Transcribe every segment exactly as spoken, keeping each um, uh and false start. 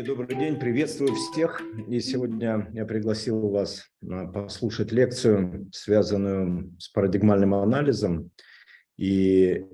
Коллеги, добрый день, приветствую всех. И сегодня я пригласил вас послушать лекцию, связанную с парадигмальным анализом и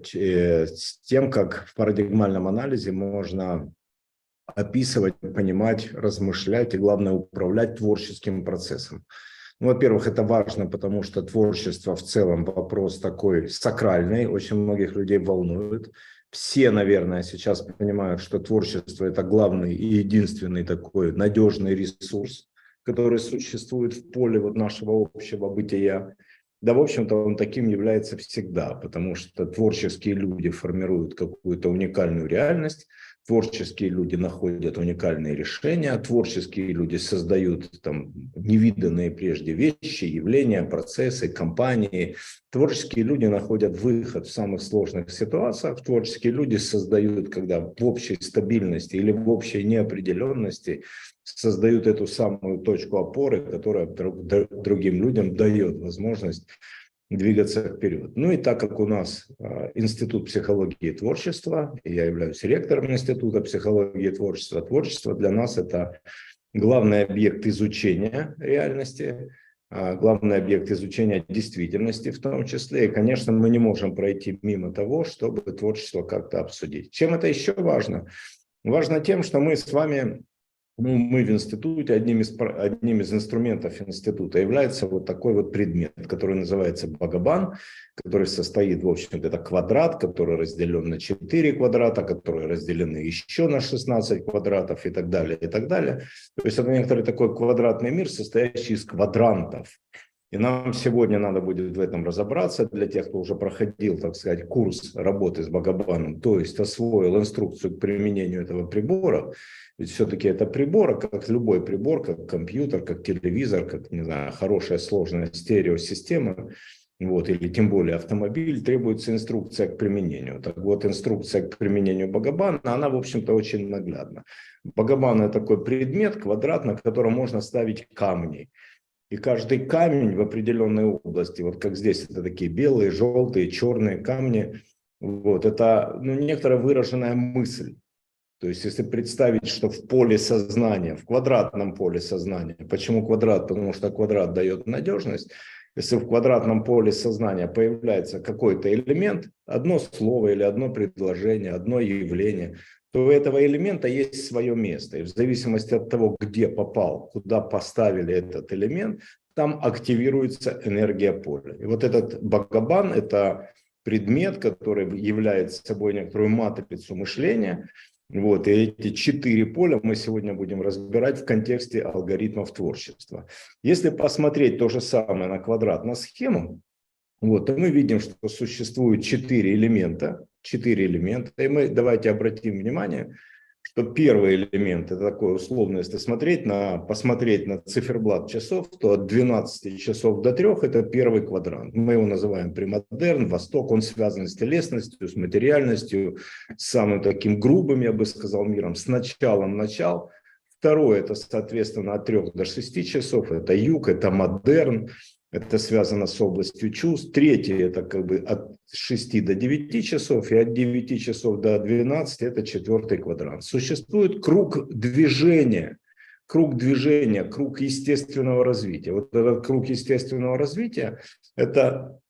с тем, как в парадигмальном анализе можно описывать, понимать, размышлять и, главное, управлять творческим процессом. Ну, во-первых, это важно, потому что творчество в целом вопрос такой сакральный, очень многих людей волнует. Все, наверное, сейчас понимают, что творчество – это главный и единственный такой надежный ресурс, который существует в поле вот нашего общего бытия. Да, в общем-то, он таким является всегда, потому что творческие люди формируют какую-то уникальную реальность, творческие люди находят уникальные решения, творческие люди создают там невиданные прежде вещи, явления, процессы, компании. Творческие люди находят выход в самых сложных ситуациях. Творческие люди создают, когда в общей стабильности или в общей неопределенности создают эту самую точку опоры, которая другим людям дает возможность двигаться вперед. Ну и так как у нас э, Институт психологии и творчества, и я являюсь ректором Института психологии и творчества, творчество для нас это главный объект изучения реальности, э, главный объект изучения действительности в том числе. И, конечно, мы не можем пройти мимо того, чтобы творчество как-то обсудить. Чем это еще важно? Важно тем, что мы с вами... Ну, мы в институте, одним из, одним из инструментов института является вот такой вот предмет, который называется Бхагабан, который состоит, в общем-то, это квадрат, который разделен на четыре квадрата, которые разделены еще на шестнадцать квадратов и так далее, и так далее. То есть это некоторый такой квадратный мир, состоящий из квадрантов. И нам сегодня надо будет в этом разобраться для тех, кто уже проходил, так сказать, курс работы с Бхагабаном, то есть освоил инструкцию к применению этого прибора. Ведь все-таки это прибор, как любой прибор, как компьютер, как телевизор, как, не знаю, хорошая сложная стереосистема, вот, или тем более автомобиль, требуется инструкция к применению. Так вот, инструкция к применению Бхагабана, она, в общем-то, очень наглядна. Бхагабан – это такой предмет, квадрат, на котором можно ставить камни. И каждый камень в определенной области, вот как здесь, это такие белые, желтые, черные камни, вот, это ну, некоторая выраженная мысль. То есть, если представить, что в поле сознания, в квадратном поле сознания, почему квадрат? Потому что квадрат дает надежность. Если в квадратном поле сознания появляется какой-то элемент, одно слово или одно предложение, одно явление, то у этого элемента есть свое место. И в зависимости от того, где попал, куда поставили этот элемент, там активируется энергия поля. И вот этот Бхагабан – это предмет, который является собой некоторую матрицу мышления. Вот, и эти четыре поля мы сегодня будем разбирать в контексте алгоритмов творчества. Если посмотреть то же самое на квадрат, на схему, вот, то мы видим, что существует четыре элемента. Четыре элемента. И мы давайте обратим внимание, что первый элемент, это такое условно, если смотреть на, посмотреть на циферблат часов, то от двенадцати часов до трёх это первый квадрант. Мы его называем премодерн, Восток, он связан с телесностью, с материальностью, с самым таким грубым, я бы сказал, миром, с началом начал. Второй, это, соответственно, от трёх до шести часов, это юг, это модерн. Это связано с областью чувств. Третий – это как бы от шести до девяти часов, и от девяти часов до двенадцати – это четвертый квадрант. Существует круг движения, круг движения, круг естественного развития. Вот этот круг естественного развития – это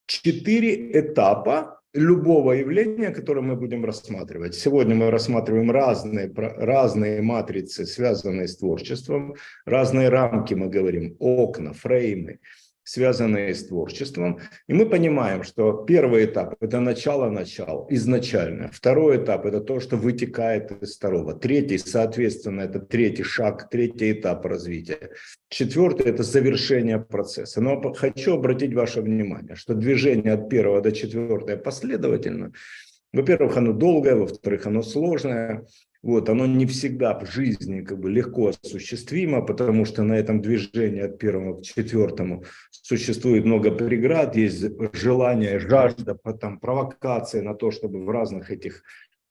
четыре этапа любого явления, которое мы будем рассматривать. Сегодня мы рассматриваем разные, разные матрицы, связанные с творчеством, разные рамки, мы говорим, окна, фреймы, связанные с творчеством. И мы понимаем, что первый этап – это начало-начал, изначально. Второй этап – это то, что вытекает из второго. Третий, соответственно, это третий шаг, третий этап развития. Четвертый – это завершение процесса. Но хочу обратить ваше внимание, что движение от первого до четвертого последовательно. Во-первых, оно долгое, во-вторых, оно сложное. Вот, оно не всегда в жизни как бы легко осуществимо, потому что на этом движении от первого к четвертому существует много преград, есть желание, жажда, потом провокации на то, чтобы в разных этих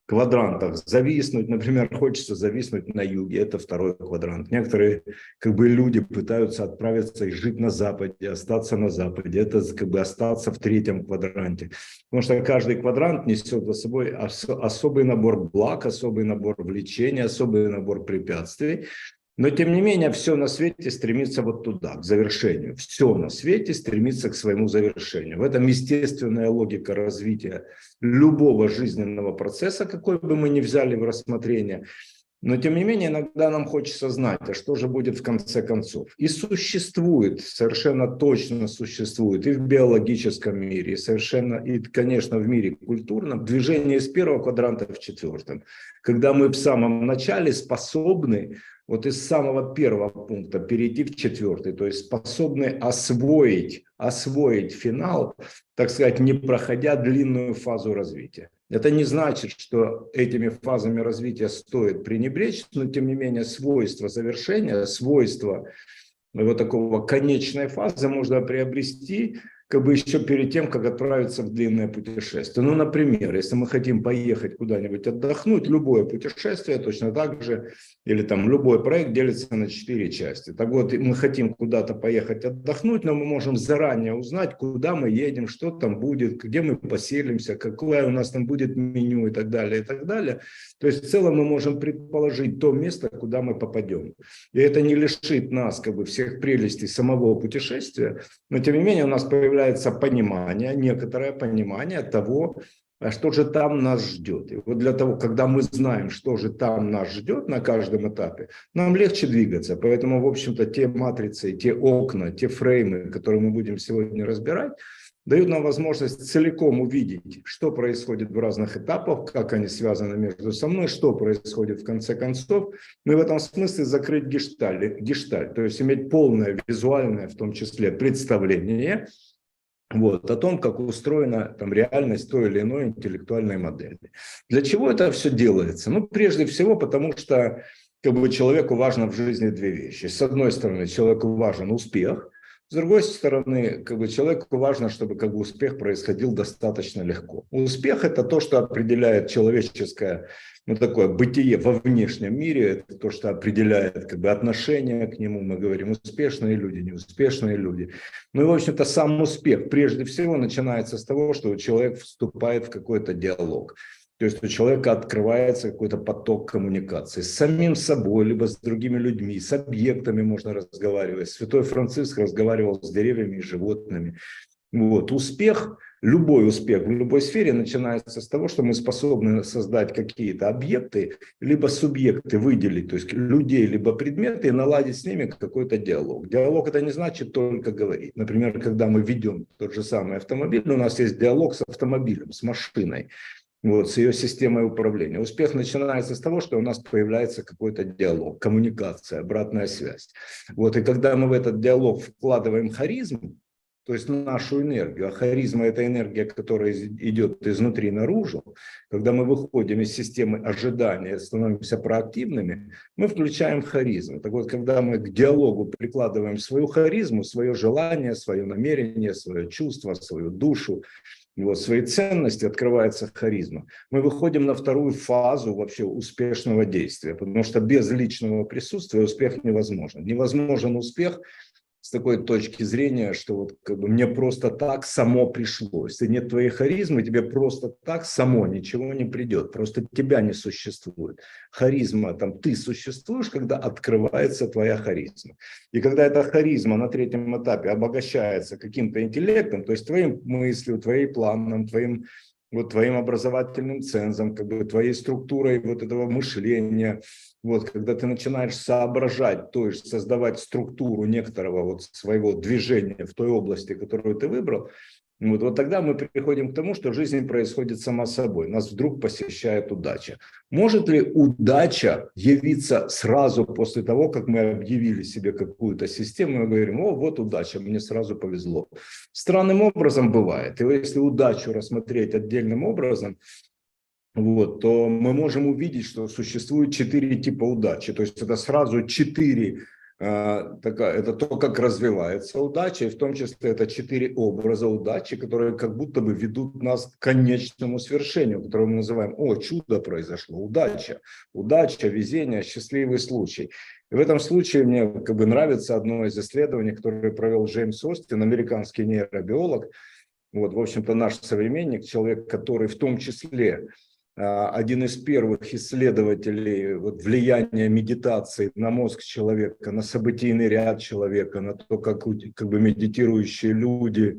квадрантах зависнуть, например, хочется зависнуть на юге, это второй квадрант. Некоторые как бы люди пытаются отправиться и жить на западе, остаться на западе, это как бы остаться в третьем квадранте. Потому что каждый квадрант несет за собой ос- особый набор благ, особый набор влечений, особый набор препятствий. Но, тем не менее, все на свете стремится вот туда, к завершению. Все на свете стремится к своему завершению. В этом естественная логика развития любого жизненного процесса, какой бы мы ни взяли в рассмотрение. Но, тем не менее, иногда нам хочется знать, а что же будет в конце концов. И существует, совершенно точно существует и в биологическом мире, и совершенно, и, конечно, в мире культурном, движение из первого квадранта в четвертом. Когда мы в самом начале способны вот из самого первого пункта перейти в четвертый, то есть способны освоить, освоить финал, так сказать, не проходя длинную фазу развития. Это не значит, что этими фазами развития стоит пренебречь, но тем не менее свойства завершения, свойства вот такого конечной фазы можно приобрести как бы еще перед тем, как отправиться в длинное путешествие. Ну, например, если мы хотим поехать куда-нибудь отдохнуть, любое путешествие точно так же, или там любой проект делится на четыре части. Так вот, мы хотим куда-то поехать отдохнуть, но мы можем заранее узнать, куда мы едем, что там будет, где мы поселимся, какое у нас там будет меню и так далее, и так далее. То есть в целом мы можем предположить то место, куда мы попадем. И это не лишит нас как бы всех прелестей самого путешествия, но тем не менее у нас появляется понимание, некоторое понимание того, а что же там нас ждет. И вот для того, когда мы знаем, что же там нас ждет на каждом этапе, нам легче двигаться. Поэтому, в общем-то, те матрицы, те окна, те фреймы, которые мы будем сегодня разбирать, дают нам возможность целиком увидеть, что происходит в разных этапах, как они связаны между собой, что происходит в конце концов. Ну и в этом смысле закрыть гештальт, гештальт, то есть иметь полное визуальное, в том числе, представление вот, о том, как устроена там реальность той или иной интеллектуальной модели. Для чего это все делается? Ну, прежде всего, потому что как бы, человеку важно в жизни две вещи. С одной стороны, человеку важен успех, с другой стороны, как бы, человеку важно, чтобы как бы, успех происходил достаточно легко. Успех – это то, что определяет человеческое, ну, такое бытие во внешнем мире, это то, что определяет как бы, отношение к нему. Мы говорим успешные люди, неуспешные люди. Ну и, в общем-то, сам успех прежде всего начинается с того, что человек вступает в какой-то диалог. То есть у человека открывается какой-то поток коммуникации с самим собой, либо с другими людьми, с объектами можно разговаривать. Святой Франциск разговаривал с деревьями и животными. Вот. Успех, любой успех в любой сфере начинается с того, что мы способны создать какие-то объекты, либо субъекты выделить, то есть людей, либо предметы, и наладить с ними какой-то диалог. Диалог – это не значит только говорить. Например, когда мы ведем тот же самый автомобиль, у нас есть диалог с автомобилем, с машиной. Вот, с ее системой управления. Успех начинается с того, что у нас появляется какой-то диалог, коммуникация, обратная связь. Вот, и когда мы в этот диалог вкладываем харизму, то есть нашу энергию, а харизма – это энергия, которая идет изнутри наружу, когда мы выходим из системы ожидания, становимся проактивными, мы включаем харизму. Так вот, когда мы к диалогу прикладываем свою харизму, свое желание, свое намерение, свое чувство, свою душу, вот, свои ценности, открывается харизма. Мы выходим на вторую фазу вообще успешного действия, потому что без личного присутствия успех невозможен. Невозможен успех с такой точки зрения, что вот как бы мне просто так само пришло. Если нет твоей харизмы, тебе просто так само ничего не придет. Просто тебя не существует. Харизма, там ты существуешь, когда открывается твоя харизма. И когда эта харизма на третьем этапе обогащается каким-то интеллектом, то есть твоим мыслью, твоим планом, твоим, вот, твоим образовательным цензом, как бы твоей структурой вот этого мышления, вот, когда ты начинаешь соображать, то есть создавать структуру некоторого вот своего движения в той области, которую ты выбрал, вот, вот тогда мы приходим к тому, что жизнь происходит сама собой. Нас вдруг посещает удача. Может ли удача явиться сразу после того, как мы объявили себе какую-то систему, мы говорим: о, вот удача, мне сразу повезло. Странным образом бывает. И если удачу рассмотреть отдельным образом, вот, то мы можем увидеть, что существует четыре типа удачи. То есть это сразу четыре такая, это то, как развивается удача, и в том числе это четыре образа удачи, которые как будто бы ведут нас к конечному свершению, которое мы называем: о, чудо произошло, удача, удача, везение, счастливый случай. И в этом случае мне как бы нравится одно из исследований, которое провел Джеймс Остин, американский нейробиолог. Вот, в общем-то, наш современник, человек, который в том числе один из первых исследователей вот, влияния медитации на мозг человека, на событийный ряд человека, на то, как, как бы медитирующие люди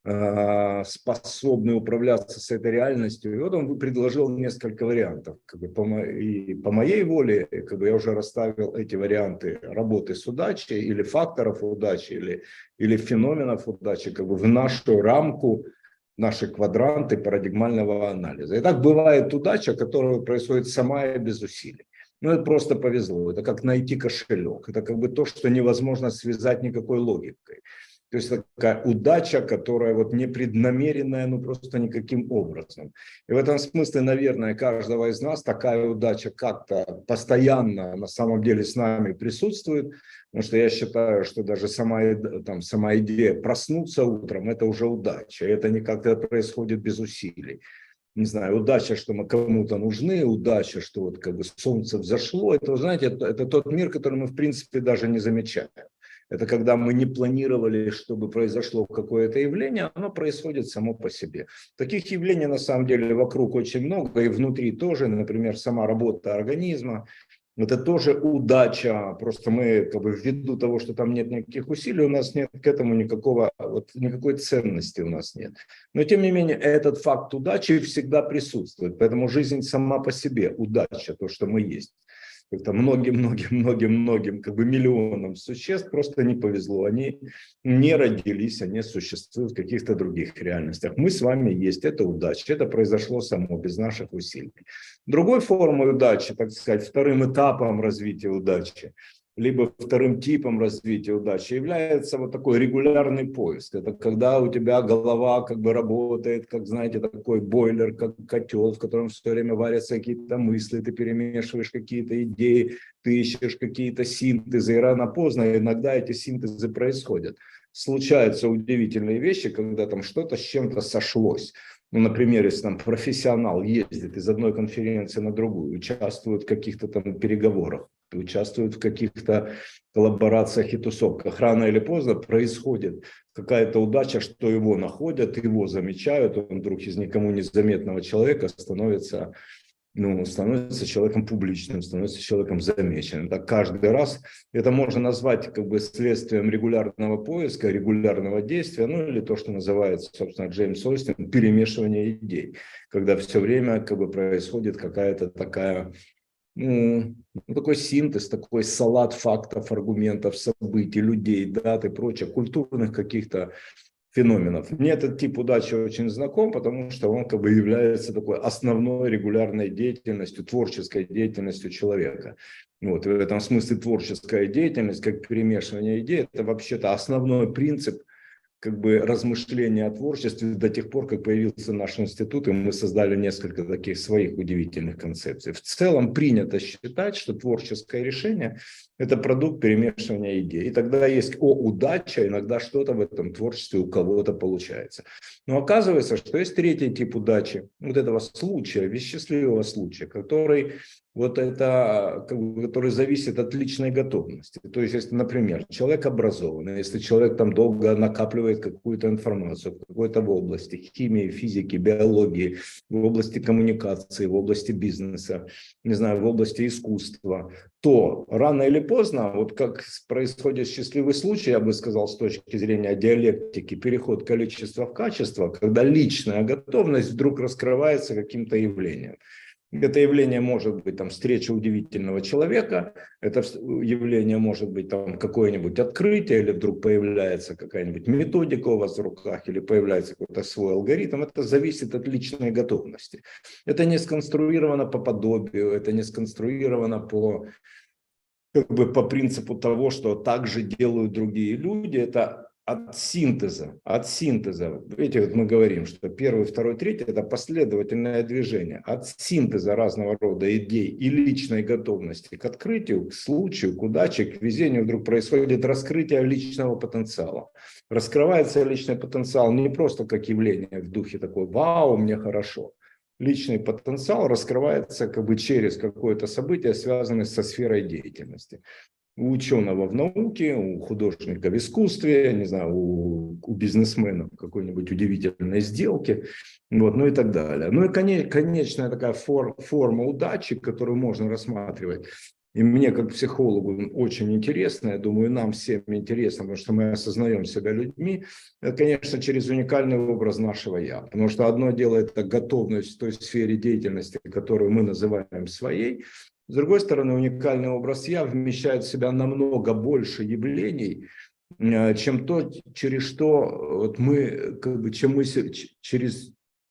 э, способны управляться с этой реальностью. И вот он предложил несколько вариантов. Как бы по, мо и по моей воле как бы я уже расставил эти варианты работы с удачей или факторов удачи, или, или феноменов удачи как бы в нашу рамку, наши квадранты парадигмального анализа. И так бывает удача, которая происходит сама и без усилий. Ну, это просто повезло. Это как найти кошелек. Это как бы то, что невозможно связать никакой логикой. То есть такая удача, которая вот непреднамеренная, ну просто никаким образом. И в этом смысле, наверное, каждого из нас такая удача как-то постоянно на самом деле с нами присутствует. Потому что я считаю, что даже сама, там, сама идея проснуться утром – это уже удача. И это не как-то происходит без усилий. Не знаю, удача, что мы кому-то нужны, удача, что вот как бы солнце взошло. Это, вы знаете, это, это тот мир, который мы в принципе даже не замечаем. Это когда мы не планировали, чтобы произошло какое-то явление, оно происходит само по себе. Таких явлений на самом деле вокруг очень много, и внутри тоже, например, сама работа организма. Это тоже удача, просто мы как бы ввиду того, что там нет никаких усилий, у нас нет к этому никакого, вот, никакой ценности у нас нет. Но тем не менее этот факт удачи всегда присутствует, поэтому жизнь сама по себе удача, то, что мы есть. Как-то многим-многим-многим-многим, как бы миллионам существ просто не повезло. Они не родились, они существуют в каких-то других реальностях. Мы с вами есть, это удача, это произошло само, без наших усилий. Другой формой удачи, так сказать, вторым этапом развития удачи, либо вторым типом развития удачи является вот такой регулярный поиск. Это когда у тебя голова как бы работает, как, знаете, такой бойлер, как котел, в котором все время варятся какие-то мысли, ты перемешиваешь какие-то идеи, ты ищешь какие-то синтезы, и рано-поздно иногда эти синтезы происходят. Случаются удивительные вещи, когда там что-то с чем-то сошлось. Ну, например, если там профессионал ездит из одной конференции на другую, участвует в каких-то там переговорах, участвует в каких-то коллаборациях и тусовках, рано или поздно происходит какая-то удача, что его находят, его замечают, он вдруг из никому незаметного человека становится, ну, становится человеком публичным, становится человеком замеченным. Так каждый раз это можно назвать как бы следствием регулярного поиска, регулярного действия, ну или то, что называется, собственно, Джеймс Остин, перемешивание идей, когда все время как бы происходит какая-то такая, ну, такой синтез, такой салат фактов, аргументов, событий, людей, дат и прочее, культурных каких-то феноменов. Мне этот тип удачи очень знаком, потому что он как бы является такой основной регулярной деятельностью, творческой деятельностью человека. Вот, и в этом смысле творческая деятельность, как перемешивание идей, это вообще-то основной принцип как бы размышления о творчестве до тех пор, как появился наш институт, и мы создали несколько таких своих удивительных концепций. В целом принято считать, что творческое решение – это продукт перемешивания идей. И тогда есть о, удача, иногда что-то в этом творчестве у кого-то получается. Но оказывается, что есть третий тип удачи, вот этого случая, счастливого случая, который вот это, который зависит от личной готовности. То есть, если, например, человек образованный, если человек там долго накапливает какую-то информацию в какой-то в области химии, физики, биологии, в области коммуникации, в области бизнеса, не знаю, в области искусства, то рано или поздно, вот как происходит счастливый случай, я бы сказал, с точки зрения диалектики, переход количества в качество, когда личная готовность вдруг раскрывается каким-то явлением. Это явление может быть там встреча удивительного человека, это явление может быть там какое-нибудь открытие, или вдруг появляется какая-нибудь методика у вас в руках, или появляется какой-то свой алгоритм. Это зависит от личной готовности. Это не сконструировано по подобию, это не сконструировано по, как бы, по принципу того, что так же делают другие люди. Это от синтеза, от синтеза, видите, вот мы говорим, что первый, второй, третий – это последовательное движение. От синтеза разного рода идей и личной готовности к открытию, к случаю, к удаче, к везению вдруг происходит раскрытие личного потенциала. Раскрывается личный потенциал не просто как явление в духе такой «Вау, мне хорошо». Личный потенциал раскрывается как бы через какое-то событие, связанное со сферой деятельности. У ученого в науке, у художника в искусстве, не знаю, у, у бизнесмена в какой-нибудь удивительной сделке, вот, ну и так далее. Ну и коне, конечная такая фор, форма удачи, которую можно рассматривать. И мне, как психологу, очень интересно, я думаю, нам всем интересно, потому что мы осознаем себя людьми, это, конечно, через уникальный образ нашего «я». Потому что одно дело – это готовность в той сфере деятельности, которую мы называем своей. С другой стороны, уникальный образ «я» вмещает в себя намного больше явлений, чем то, через что вот мы, как бы, чем мы через,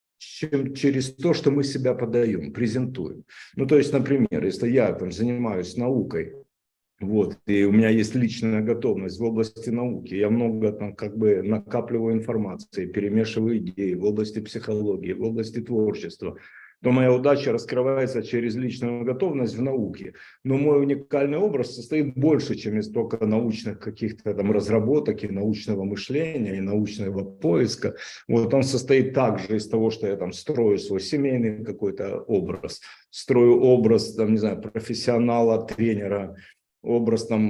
чем через то, что мы себя подаем, презентуем. Ну, то есть, например, если я там занимаюсь наукой, вот, и у меня есть личная готовность в области науки, я много там как бы накапливаю информации, перемешиваю идеи в области психологии, в области творчества, то моя удача раскрывается через личную готовность в науке. Но мой уникальный образ состоит больше, чем из только научных каких-то там разработок и научного мышления, и научного поиска. Вот он состоит также из того, что я там строю свой семейный какой-то образ, строю образ, там, не знаю, профессионала, тренера, образ, там,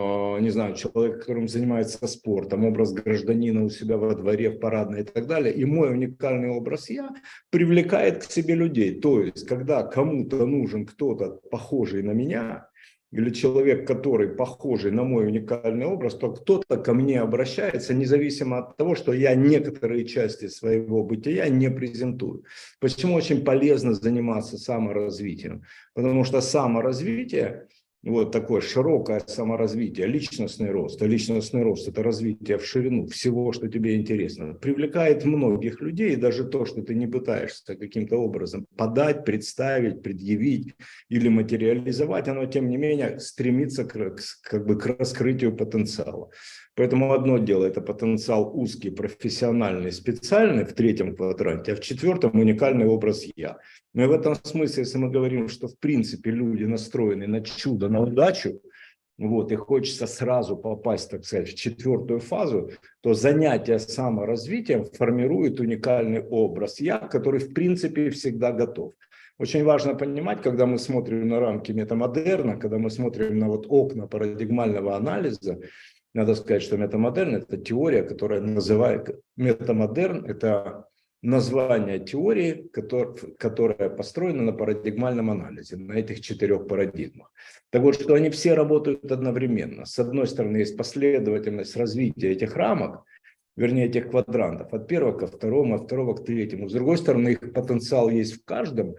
не знаю, человека, которым занимается спортом, образ гражданина у себя во дворе, в парадной и так далее. И мой уникальный образ «я» привлекает к себе людей. То есть, когда кому-то нужен кто-то похожий на меня, или человек, который похожий на мой уникальный образ, то кто-то ко мне обращается, независимо от того, что я некоторые части своего бытия не презентую. Почему очень полезно заниматься саморазвитием? Потому что саморазвитие, вот такое широкое саморазвитие, личностный рост. А личностный рост – это развитие в ширину всего, что тебе интересно. Привлекает многих людей, и даже то, что ты не пытаешься каким-то образом подать, представить, предъявить или материализовать, оно, тем не менее, стремится к, как бы, к раскрытию потенциала. Поэтому одно дело – это потенциал узкий, профессиональный, специальный в третьем квадранте, а в четвертом – уникальный образ «я». Но и в этом смысле, если мы говорим, что в принципе люди настроены на чудо, на удачу, вот, и хочется сразу попасть, так сказать, в четвертую фазу, то занятие саморазвитием формирует уникальный образ «я», который в принципе всегда готов. Очень важно понимать, когда мы смотрим на рамки метамодерна, когда мы смотрим на вот окна парадигмального анализа, надо сказать, что метамодерн – это теория, которая называет… Метамодерн – это название теории, которая, которая построена на парадигмальном анализе, на этих четырех парадигмах. Так вот, что они все работают одновременно. С одной стороны, есть последовательность развития этих рамок, вернее, этих квадрантов, от первого ко второму, от второго к третьему. С другой стороны, их потенциал есть в каждом,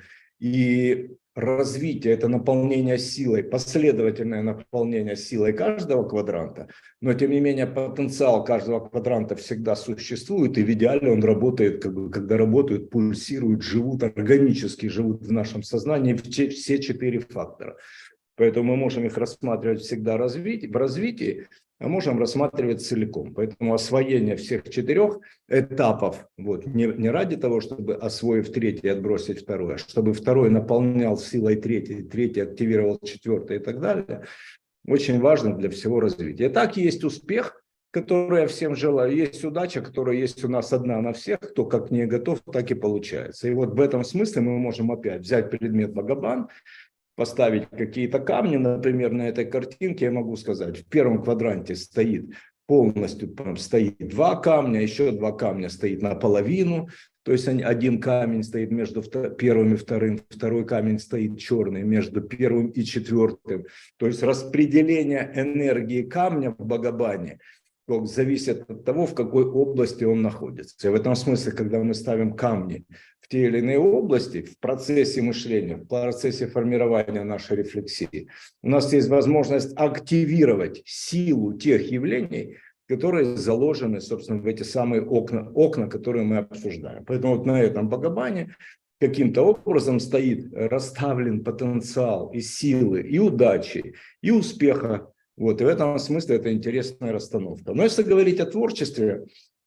и развитие – это наполнение силой, последовательное наполнение силой каждого квадранта, но тем не менее потенциал каждого квадранта всегда существует, и в идеале он работает, как бы, когда работают, пульсируют, живут, органически живут в нашем сознании все четыре фактора. Поэтому мы можем их рассматривать всегда в развитии, а можем рассматривать целиком. Поэтому освоение всех четырех этапов, вот, не, не ради того, чтобы, освоив третий, отбросить второй, а чтобы второй наполнял силой третий, третий активировал четвертый и так далее, очень важно для всего развития. И так есть успех, который я всем желаю, есть удача, которая есть у нас одна на всех, кто как не готов, так и получается. И вот в этом смысле мы можем опять взять предмет Бхагаван, поставить какие-то камни, например, на этой картинке, я могу сказать, в первом квадранте стоит полностью, стоит два камня, еще два камня стоит наполовину, то есть один камень стоит между первым и вторым, второй камень стоит черный между первым и четвертым. То есть распределение энергии камня в Бхагаване зависит от того, в какой области он находится. И в этом смысле, когда мы ставим камни в те или иные области, в процессе мышления, в процессе формирования нашей рефлексии, у нас есть возможность активировать силу тех явлений, которые заложены, собственно, в эти самые окна, окна, которые мы обсуждаем. Поэтому вот на этом Бхагаване каким-то образом стоит расставлен потенциал и силы, и удачи, и успеха Вот, и в этом смысле это интересная расстановка. Но если говорить о творчестве,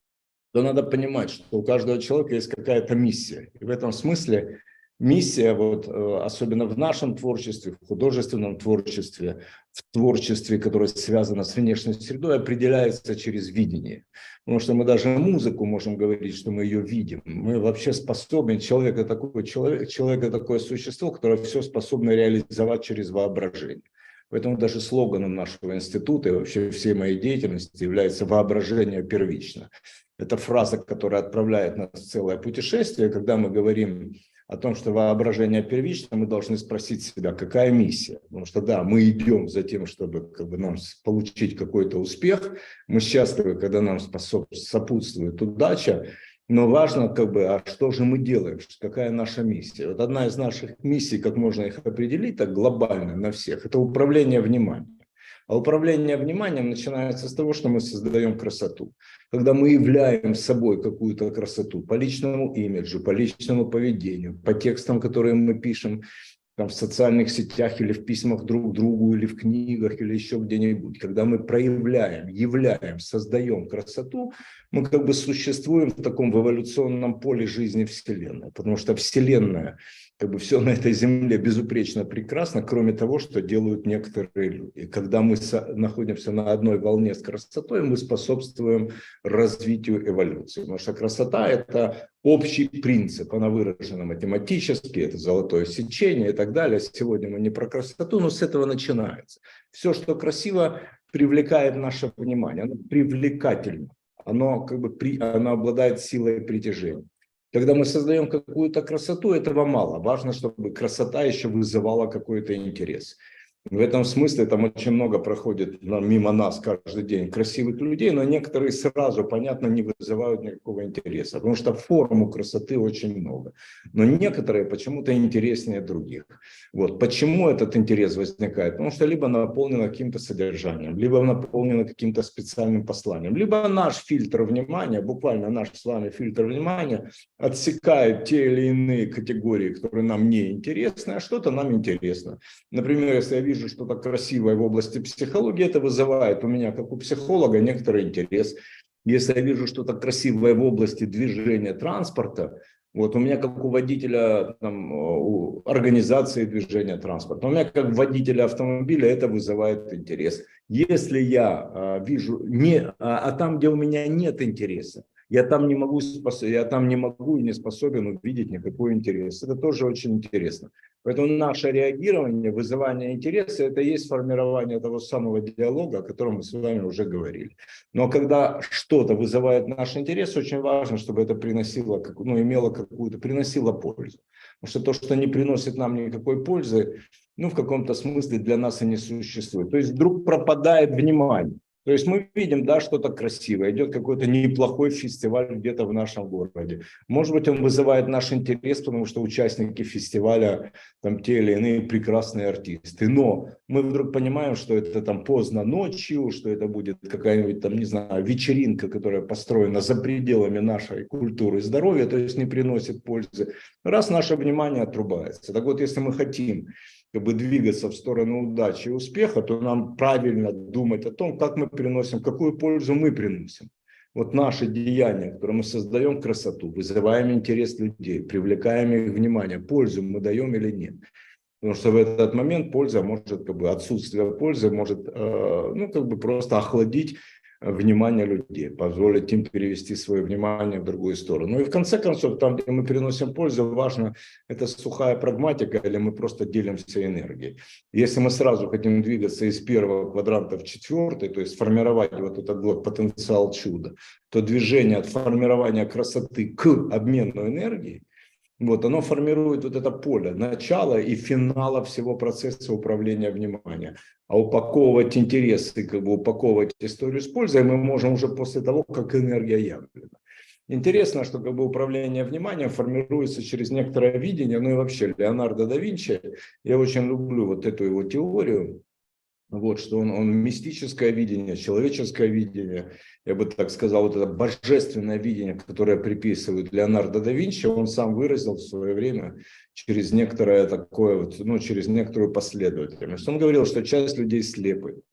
то надо понимать, что у каждого человека есть какая-то миссия. И в этом смысле миссия, вот, особенно в нашем творчестве, в художественном творчестве, в творчестве, которое связано с внешней средой, определяется через видение. Потому что мы даже музыку можем говорить, что мы ее видим. Мы вообще способны, человек это такой человек, человек это такое существо, которое все способно реализовать через воображение. Поэтому даже слоганом нашего института и вообще всей моей деятельности является «воображение первично». Это фраза, которая отправляет нас в целое путешествие. Когда мы говорим о том, что воображение первично, мы должны спросить себя, какая миссия. Потому что да, мы идем за тем, чтобы как бы, нам получить какой-то успех. Мы счастливы, когда нам сопутствует удача. Но важно, как бы, а что же мы делаем, какая наша миссия. Вот одна из наших миссий, как можно их определить так глобально на всех, это управление вниманием. А управление вниманием начинается с того, что мы создаем красоту. Когда мы являем собой какую-то красоту по личному имиджу, по личному поведению, по текстам, которые мы пишем там, в социальных сетях или в письмах друг другу, или в книгах, или еще где-нибудь. Когда мы проявляем, являем, создаем красоту, мы как бы существуем в таком в эволюционном поле жизни Вселенной. Потому что Вселенная, как бы все на этой земле безупречно прекрасно, кроме того, что делают некоторые люди. И когда мы находимся на одной волне с красотой, мы способствуем развитию эволюции. Потому что красота – это общий принцип, она выражена математически, это золотое сечение и так далее. Сегодня мы не про красоту, но с этого начинается. Все, что красиво, привлекает наше внимание, оно привлекательно, оно, как бы, при, оно обладает силой притяжения. Когда мы создаем какую-то красоту, этого мало. Важно, чтобы красота еще вызывала какой-то интерес. В этом смысле там очень много проходит мимо нас каждый день красивых людей, но некоторые сразу, понятно, не вызывают никакого интереса, потому что форм у красоты очень много. Но некоторые почему-то интереснее других. Вот. Почему этот интерес возникает? Потому что либо наполнено каким-то содержанием, либо наполнено каким-то специальным посланием, либо наш фильтр внимания, буквально наш с вами фильтр внимания, отсекает те или иные категории, которые нам не интересны, а что-то нам интересно. Например, если я вижу вижу что-то красивое в области психологии, это вызывает у меня, как у психолога, некоторый интерес. Если я вижу что-то красивое в области движения транспорта, вот у меня, как у водителя там, у организации движения транспорта, у меня, как водителя автомобиля, это вызывает интерес. Если я а, вижу, не, а, а там, где у меня нет интереса, я там не могу, я там не могу и не способен увидеть никакой интерес. Это тоже очень интересно. Поэтому наше реагирование, вызывание интереса, это и есть формирование того самого диалога, о котором мы с вами уже говорили. Но когда что-то вызывает наш интерес, очень важно, чтобы это приносило, ну, имело какую-то, приносило пользу. Потому что то, что не приносит нам никакой пользы, ну, в каком-то смысле для нас и не существует. То есть вдруг пропадает внимание. То есть мы видим, да, что-то красивое, идет какой-то неплохой фестиваль где-то в нашем городе. Может быть, он вызывает наш интерес, потому что участники фестиваля, там те или иные прекрасные артисты. Но мы вдруг понимаем, что это там поздно ночью, что это будет какая-нибудь там, не знаю, вечеринка, которая построена за пределами нашей культуры и здоровья, то есть не приносит пользы. Раз наше внимание отрубается. Так вот, если мы хотим как бы двигаться в сторону удачи и успеха, то нам правильно думать о том, как мы приносим, какую пользу мы приносим. Вот наши деяния, которые мы создаем красоту, вызываем интерес людей, привлекаем их внимание, пользу мы даем или нет. Потому что в этот момент польза может, как бы отсутствие пользы может, э, ну, как бы просто охладить внимание людей, позволить им перевести свое внимание в другую сторону. Ну и в конце концов, там, где мы приносим пользу, важно, это сухая прагматика или мы просто делимся энергией. Если мы сразу хотим двигаться из первого квадранта в четвертый, то есть формировать вот этот вот потенциал чуда, то движение от формирования красоты к обмену энергии, вот, оно формирует вот это поле начала и финала всего процесса управления вниманием. А упаковывать интересы, как бы упаковывать историю с пользой мы можем уже после того, как энергия явлена. Интересно, что как бы управление вниманием формируется через некоторое видение, ну и вообще Леонардо да Винчи, я очень люблю вот эту его теорию, вот, что он, он мистическое видение, человеческое видение, я бы так сказал, вот это божественное видение, которое приписывают Леонардо да Винчи, он сам выразил в свое время через некоторое такое вот, ну, через некоторую последовательность. Он говорил, что часть людей слепы,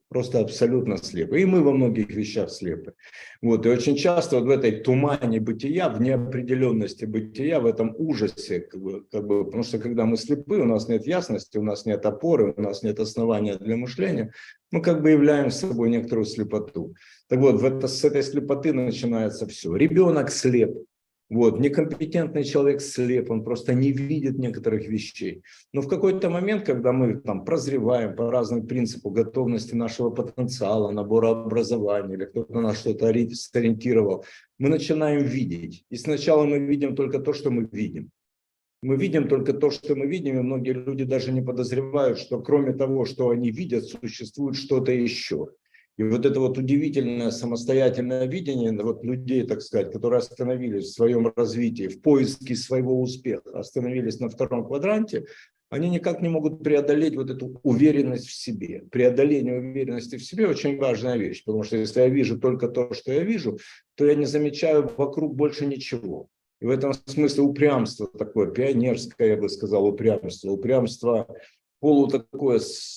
просто абсолютно слепы. И мы во многих вещах слепы. Вот. И очень часто вот в этой тумане бытия, в неопределенности бытия, в этом ужасе, как бы, как бы, потому что когда мы слепы, у нас нет ясности, у нас нет опоры, у нас нет основания для мышления, мы как бы являем собой некоторую слепоту. Так вот, в это, с этой слепоты начинается все. Ребенок слеп. Вот, некомпетентный человек слеп, он просто не видит некоторых вещей. Но в какой-то момент, когда мы там прозреваем по разному принципу готовности нашего потенциала, набора образования, или кто-то нас что-то сориентировал, мы начинаем видеть. И сначала мы видим только то, что мы видим. Мы видим только то, что мы видим, и многие люди даже не подозревают, что кроме того, что они видят, существует что-то еще. И вот это вот удивительное самостоятельное видение вот людей, так сказать, которые остановились в своем развитии, в поиске своего успеха, остановились на втором квадранте, они никак не могут преодолеть вот эту уверенность в себе. Преодоление уверенности в себе очень важная вещь, потому что если я вижу только то, что я вижу, то я не замечаю вокруг больше ничего. И в этом смысле упрямство такое, пионерское, я бы сказал, упрямство. Упрямство полу такое,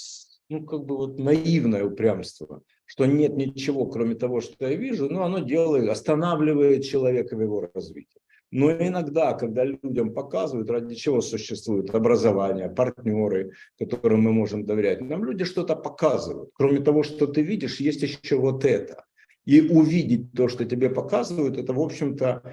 ну как бы вот наивное упрямство, что нет ничего, кроме того, что я вижу, но оно делает, останавливает человека в его развитии. Но иногда, когда людям показывают, ради чего существует образование, партнеры, которым мы можем доверять, нам люди что-то показывают. Кроме того, что ты видишь, есть еще вот это. И увидеть то, что тебе показывают, это, в общем-то,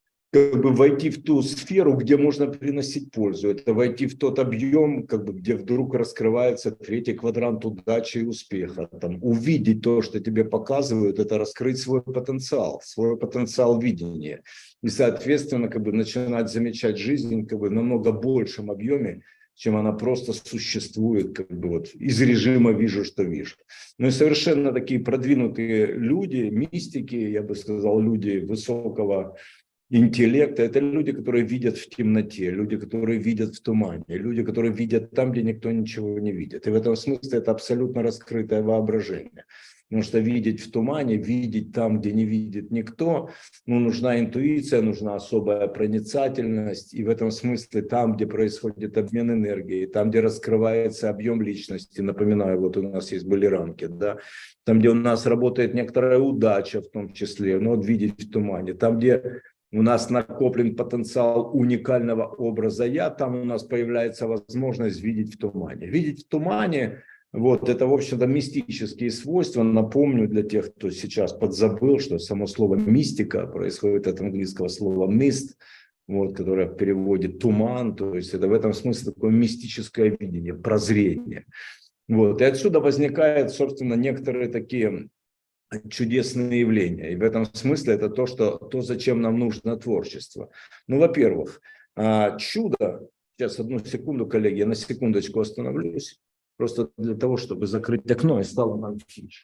как бы войти в ту сферу, где можно приносить пользу. Это войти в тот объем, как бы, где вдруг раскрывается третий квадрант удачи и успеха. Там, увидеть то, что тебе показывают, это раскрыть свой потенциал, свой потенциал видения. И, соответственно, как бы, начинать замечать жизнь как бы, в намного большем объеме, чем она просто существует как бы, вот, из режима «вижу, что вижу». Ну и совершенно такие продвинутые люди, мистики, я бы сказал, люди высокого интеллекта, это люди, которые видят в темноте, люди, которые видят в тумане, люди, которые видят там, где никто ничего не видит. И в этом смысле это абсолютно раскрытое воображение. Потому что видеть в тумане, видеть там, где не видит никто, ну, нужна интуиция, нужна особая проницательность. И в этом смысле там, где происходит обмен энергией, там, где раскрывается объем личности, напоминаю, вот у нас есть были рамки, да, там, где у нас работает некоторая удача в том числе, но вот видеть в тумане, там, где у нас накоплен потенциал уникального образа «я», там у нас появляется возможность видеть в тумане. Видеть в тумане, вот, это, в общем-то, мистические свойства. Напомню для тех, кто сейчас подзабыл, что само слово «мистика» происходит от английского слова «mist», вот, которое переводит «туман», то есть это в этом смысле такое мистическое видение, прозрение. Вот, и отсюда возникают, собственно, некоторые такие чудесные явления. И в этом смысле это то, что, то, зачем нам нужно творчество. Ну, во-первых, чудо, сейчас одну секунду, коллеги, я на секундочку остановлюсь, просто для того, чтобы закрыть окно и стало нам тише.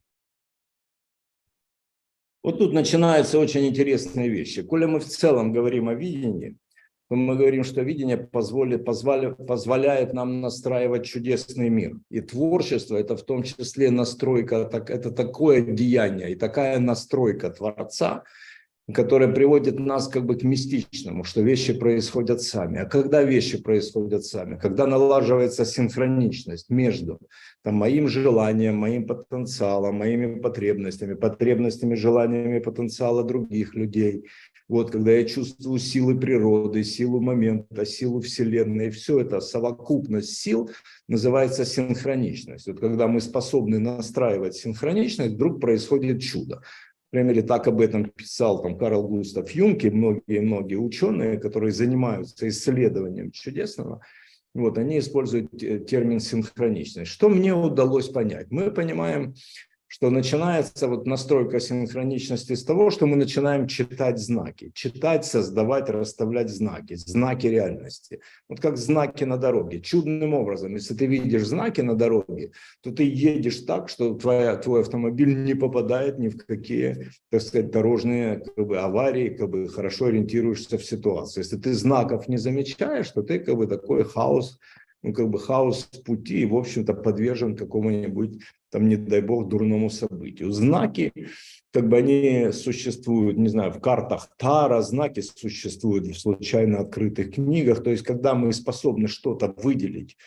Вот тут начинаются очень интересные вещи. Коли мы в целом говорим о видении, то мы говорим, что видение позволит, позволяет, позволяет нам настраивать чудесный мир. И творчество – это в том числе настройка, это такое деяние и такая настройка Творца, которая приводит нас как бы к мистичному, что вещи происходят сами. А когда вещи происходят сами? Когда налаживается синхроничность между там, моим желанием, моим потенциалом, моими потребностями, потребностями, желаниями, потенциала других людей. Вот, когда я чувствую силы природы, силу момента, силу Вселенной, все это, совокупность сил называется синхроничность. Вот когда мы способны настраивать синхроничность, вдруг происходит чудо. По крайней мере, так об этом писал там Карл Густав Юнг и многие-многие ученые, которые занимаются исследованием чудесного. Вот, они используют термин синхроничность. Что мне удалось понять? Мы понимаем, что начинается вот настройка синхроничности с того, что мы начинаем читать знаки. Читать, создавать, расставлять знаки. Знаки реальности. Вот как знаки на дороге. Чудным образом, если ты видишь знаки на дороге, то ты едешь так, что твоя, твой автомобиль не попадает ни в какие, так сказать, дорожные как бы, аварии, как бы хорошо ориентируешься в ситуации. Если ты знаков не замечаешь, то ты как бы такой хаос, ну как бы хаос в пути и, в общем-то, подвержен какому-нибудь там, не дай бог, дурному событию. Знаки, как бы они существуют, не знаю, в картах Тара, знаки существуют в случайно открытых книгах. То есть, когда мы способны что-то выделить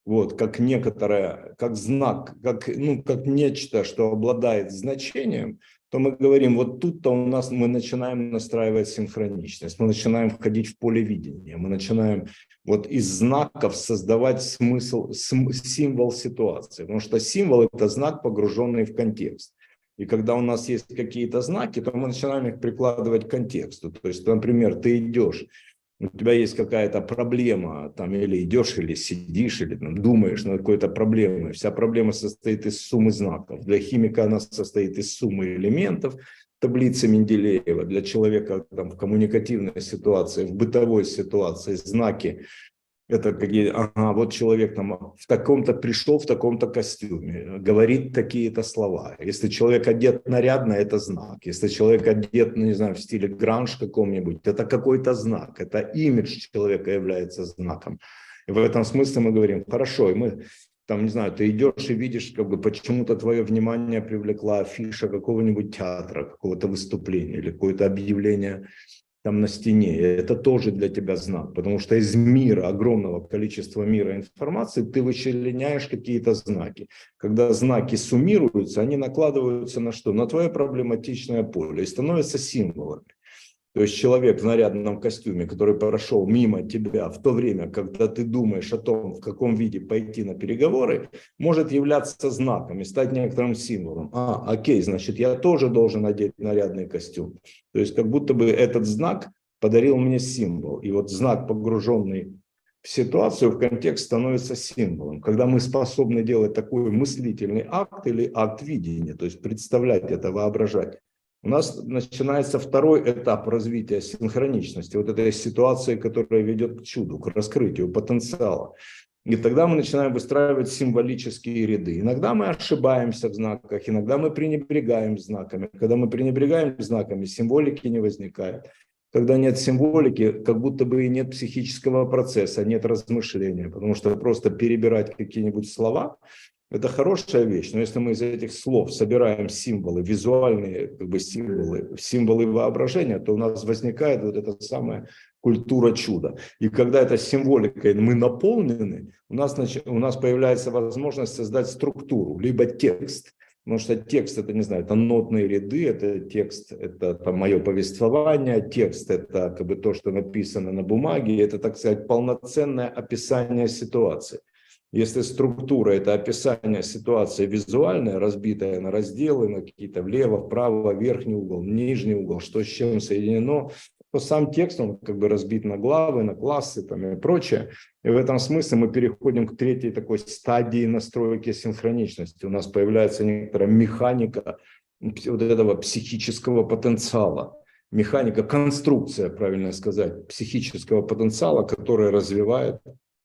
вот, как некоторое, как знак, как, ну, как нечто, что обладает значением, то мы говорим, вот тут-то у нас мы начинаем настраивать синхроничность, мы начинаем входить в поле видения, мы начинаем вот из знаков создавать смысл, см, символ ситуации, потому что символ – это знак, погруженный в контекст. И когда у нас есть какие-то знаки, то мы начинаем их прикладывать к контексту. То есть, например, ты идешь, у тебя есть какая-то проблема, там, или идешь, или сидишь, или там, думаешь над какой-то проблемой. Вся проблема состоит из суммы знаков. Для химика она состоит из суммы элементов, таблицы Менделеева. Для человека там, в коммуникативной ситуации, в бытовой ситуации знаки. Это какие, ага, вот человек там в таком-то пришел, в таком-то костюме, говорит такие-то слова. Если человек одет нарядно, это знак. Если человек одет, ну, не знаю, в стиле гранж каком-нибудь, это какой-то знак. Это имидж человека является знаком. И в этом смысле мы говорим, хорошо, и мы там, не знаю, ты идешь и видишь, как бы почему-то твое внимание привлекла афиша какого-нибудь театра, какого-то выступления или какое-то объявление там на стене, это тоже для тебя знак, потому что из мира, огромного количества мира информации, ты вычленяешь какие-то знаки. Когда знаки суммируются, они накладываются на что? На твое проблематичное поле и становятся символами. То есть человек в нарядном костюме, который прошел мимо тебя в то время, когда ты думаешь о том, в каком виде пойти на переговоры, может являться знаком и стать некоторым символом. А, окей, значит, я тоже должен надеть нарядный костюм. То есть как будто бы этот знак подарил мне символ. И вот знак, погруженный в ситуацию, в контекст, становится символом. Когда мы способны делать такой мыслительный акт или акт видения, то есть представлять это, воображать, у нас начинается второй этап развития синхроничности, вот этой ситуации, которая ведет к чуду, к раскрытию потенциала. И тогда мы начинаем выстраивать символические ряды. Иногда мы ошибаемся в знаках, иногда мы пренебрегаем знаками. Когда мы пренебрегаем знаками, символики не возникает. Когда нет символики, как будто бы и нет психического процесса, нет размышления, потому что просто перебирать какие-нибудь слова – это хорошая вещь, но если мы из этих слов собираем символы, визуальные как бы символы, символы воображения, то у нас возникает вот эта самая культура чуда. И когда этой символикой мы наполнены, у нас, у нас появляется возможность создать структуру, либо текст. Потому что текст, это, не знаю, это нотные ряды, это текст, это там, мое повествование, текст, это как бы то, что написано на бумаге, это, так сказать, полноценное описание ситуации. Если структура – это описание ситуации визуальная, разбитая на разделы, на какие-то влево, вправо, верхний угол, нижний угол, что с чем соединено, то сам текст, он как бы разбит на главы, на классы там, и прочее. И в этом смысле мы переходим к третьей такой стадии настройки синхроничности. У нас появляется некоторая механика вот этого психического потенциала. Механика, конструкция, правильно сказать, психического потенциала, которая развивает,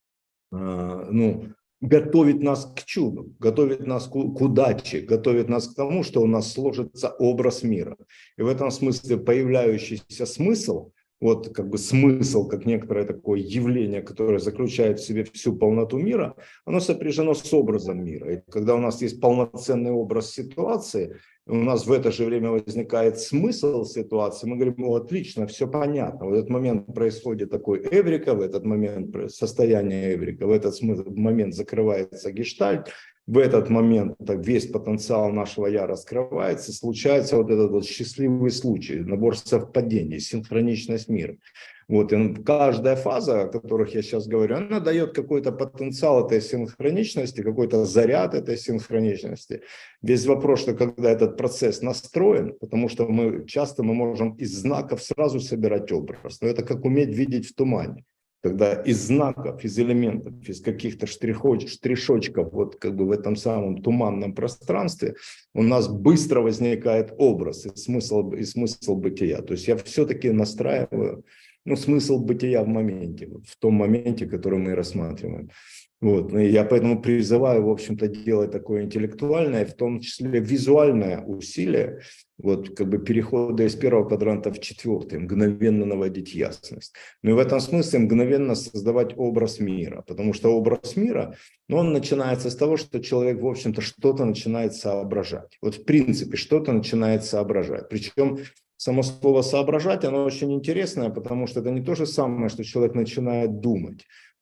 ну, готовит нас к чуду, готовит нас к, к удаче, готовит нас к тому, что у нас сложится образ мира. И в этом смысле появляющийся смысл, вот как бы смысл, как некоторое такое явление, которое заключает в себе всю полноту мира, оно сопряжено с образом мира. И когда у нас есть полноценный образ ситуации, у нас в это же время возникает смысл ситуации, мы говорим, о, отлично, все понятно. В этот момент происходит такой эврика, в этот момент состояние эврика, в этот момент закрывается гештальт, в этот момент так, весь потенциал нашего я раскрывается, случается вот этот вот счастливый случай, набор совпадений, синхроничность мира. Вот, и каждая фаза, о которых я сейчас говорю, она дает какой-то потенциал этой синхроничности, какой-то заряд этой синхроничности. Весь вопрос, что когда этот процесс настроен, потому что мы часто мы можем из знаков сразу собирать образ, но это как уметь видеть в тумане. Когда из знаков, из элементов, из каких-то штришочков, вот как бы в этом самом туманном пространстве у нас быстро возникает образ и смысл, и смысл бытия. То есть я все-таки настраиваю ну, смысл бытия в моменте, в том моменте, который мы рассматриваем. Вот. И я поэтому призываю, в общем-то, делать такое интеллектуальное, в том числе визуальное усилие, вот как бы перехода из первого квадранта в четвертый, мгновенно наводить ясность. Ну и в этом смысле мгновенно создавать образ мира, потому что образ мира, ну, он начинается с того, что человек, в общем-то, что-то начинает соображать. Вот в принципе что-то начинает соображать. Причем само слово «соображать», оно очень интересное, потому что это не то же самое, что человек начинает думать.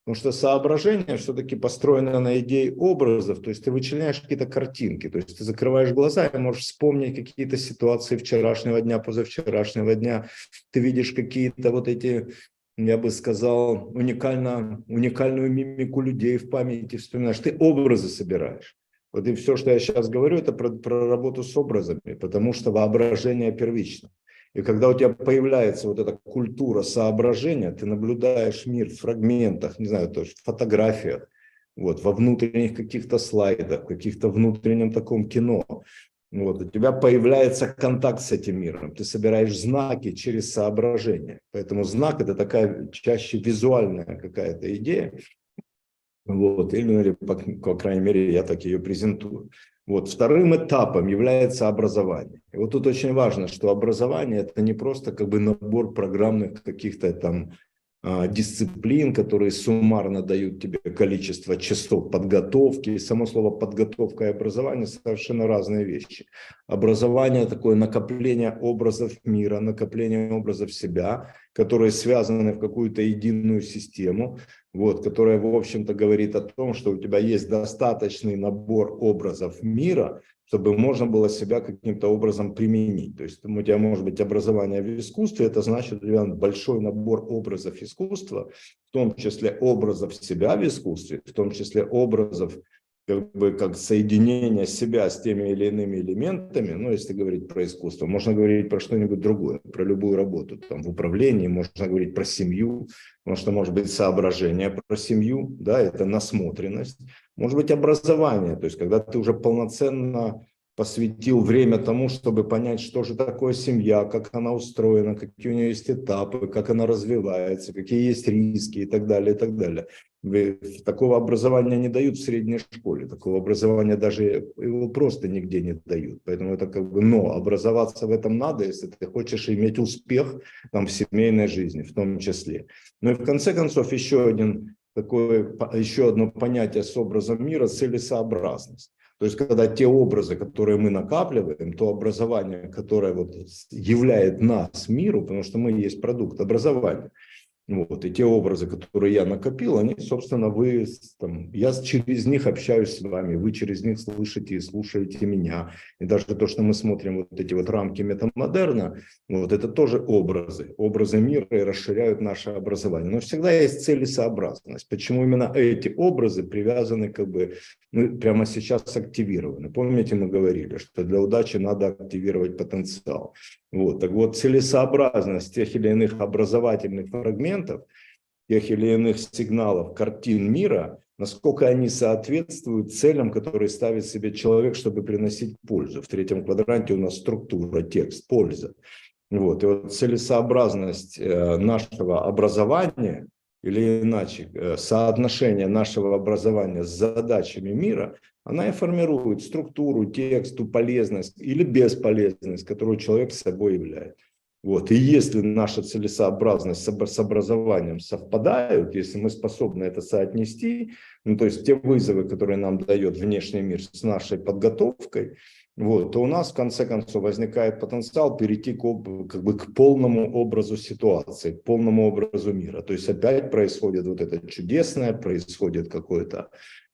Потому что соображение все-таки построено на идее образов, то есть ты вычленяешь какие-то картинки, то есть ты закрываешь глаза и можешь вспомнить какие-то ситуации вчерашнего дня, позавчерашнего дня, ты видишь какие-то вот эти, я бы сказал, уникально, уникальную мимику людей в памяти вспоминаешь, ты образы собираешь. Вот и все, что я сейчас говорю, это про, про работу с образами, потому что воображение первично. И когда у тебя появляется вот эта культура соображения, ты наблюдаешь мир в фрагментах, не знаю, то есть в фотографиях, вот, во внутренних каких-то слайдах, в каких-то внутреннем таком кино. Вот, у тебя появляется контакт с этим миром, ты собираешь знаки через соображение. Поэтому знак – это такая чаще визуальная какая-то идея. Вот, или, по, по крайней мере, я так ее презентую. Вот. Вторым этапом является образование. И вот тут очень важно, что образование – это не просто как бы набор программных каких-то там а, дисциплин, которые суммарно дают тебе количество часов подготовки. И само слово подготовка и образование – совершенно разные вещи. Образование – такое накопление образов мира, накопление образов себя, которые связаны в какую-то единую систему, вот, которая, в общем-то, говорит о том, что у тебя есть достаточный набор образов мира, чтобы можно было себя каким-то образом применить. То есть у тебя может быть образование в искусстве, это значит, у тебя большой набор образов искусства, в том числе образов себя в искусстве, в том числе образов как бы как соединение себя с теми или иными элементами, ну, если говорить про искусство, можно говорить про что-нибудь другое, про любую работу, там, в управлении, можно говорить про семью, потому что может быть соображение про семью, да, это насмотренность, может быть образование, то есть когда ты уже полноценно посвятил время тому, чтобы понять, что же такое семья, как она устроена, какие у нее есть этапы, как она развивается, какие есть риски и так далее, и так далее. Такого образования не дают в средней школе, такого образования даже его просто нигде не дают. Поэтому это как бы, но образоваться в этом надо, если ты хочешь иметь успех там, в семейной жизни в том числе. Ну и в конце концов еще, один, такое, еще одно понятие с образом мира – целесообразность. То есть, когда те образы, которые мы накапливаем, то образование, которое вот являет нас миру, потому что мы есть продукт образования, вот, и те образы, которые я накопил, они, собственно, вы, там, я через них общаюсь с вами, вы через них слышите и слушаете меня. И даже то, что мы смотрим вот эти вот рамки метамодерна, вот это тоже образы, образы мира и расширяют наше образование. Но всегда есть целесообразность. Почему именно эти образы привязаны, как бы, ну, прямо сейчас активированы? Помните, мы говорили, что для удачи надо активировать потенциал. Вот, так вот, целесообразность тех или иных образовательных фрагментов, тех или иных сигналов, картин мира, насколько они соответствуют целям, которые ставит себе человек, чтобы приносить пользу. В третьем квадранте у нас структура, текст, польза. Вот, и вот целесообразность нашего образования, или иначе, соотношение нашего образования с задачами мира, она и формирует структуру, текст, ту полезность или бесполезность, которую человек собой является. Вот. И если наша целесообразность с образованием совпадают, если мы способны это соотнести, ну, то есть те вызовы, которые нам дает внешний мир с нашей подготовкой, вот, то у нас в конце концов возникает потенциал перейти к, как бы, к полному образу ситуации, к полному образу мира. То есть опять происходит вот это чудесное, происходит какое-то,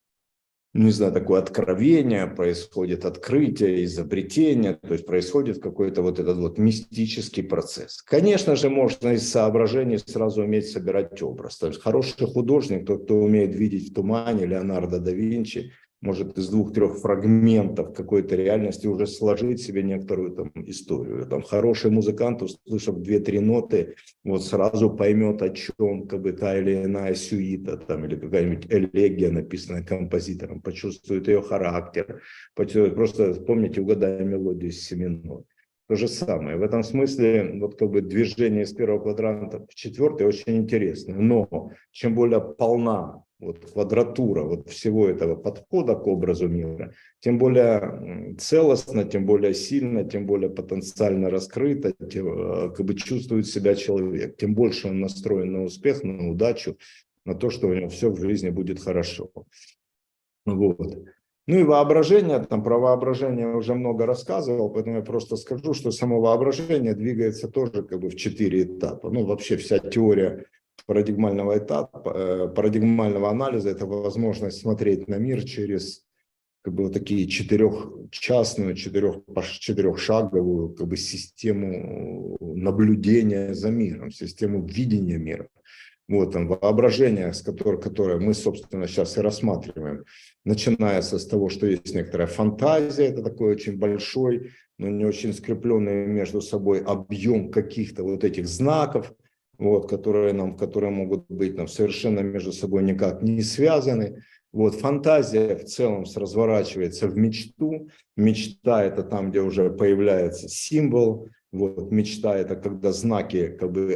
не знаю, такое откровение, происходит открытие, изобретение, то есть происходит какой-то вот этот вот мистический процесс. Конечно же, можно из соображений сразу уметь собирать образ. То есть хороший художник, тот, кто умеет видеть в тумане, Леонардо да Винчи, может из двух-трех фрагментов какой-то реальности уже сложить себе некоторую там историю. Там хороший музыкант, услышав две-три ноты, вот сразу поймет, о чем как бы та или иная сюита там, или какая-нибудь элегия, написанная композитором, почувствует ее характер, почувствует, просто помните, угадая мелодию с семенной. То же самое. В этом смысле вот как бы движение из первого квадранта в четвертый очень интересно. Но чем более полна вот квадратура вот всего этого подхода к образу мира, тем более целостно, тем более сильно, тем более потенциально раскрыто, тем, как бы чувствует себя человек, тем больше он настроен на успех, на удачу, на то, что у него все в жизни будет хорошо. Вот. Ну и воображение, там про воображение я уже много рассказывал, поэтому я просто скажу, что само воображение двигается тоже как бы в четыре этапа. Ну вообще вся теория парадигмального этапа, парадигмального анализа – это возможность смотреть на мир через как бы вот такие четырехчастную, четырех, четырехшаговую как бы систему наблюдения за миром, систему видения мира. Вот там воображение, с которой, которое мы, собственно, сейчас и рассматриваем, начинается с того, что есть некоторая фантазия, это такой очень большой, но не очень скрепленный между собой объем каких-то вот этих знаков, вот, которые, нам, которые могут быть нам совершенно между собой никак не связаны. Вот, фантазия в целом разворачивается в мечту. Мечта – это там, где уже появляется символ. Вот, мечта – это когда знаки, как бы,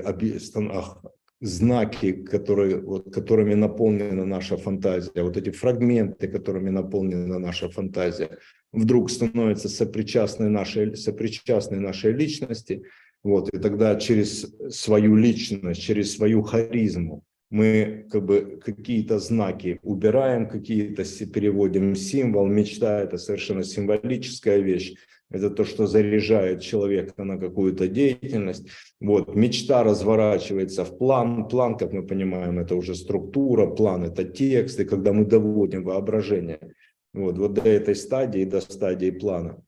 знаки, которые, вот, которыми наполнена наша фантазия, вот эти фрагменты, которыми наполнена наша фантазия, вдруг становятся сопричастны нашей, сопричастны нашей личности. Вот, и тогда через свою личность, через свою харизму мы как бы какие-то знаки убираем, какие-то переводим в символ. Мечта – это совершенно символическая вещь. Это то, что заряжает человека на какую-то деятельность. Вот. Мечта разворачивается в план. План, как мы понимаем, это уже структура. План – это текст. И когда мы доводим воображение вот, вот до этой стадии, до стадии плана,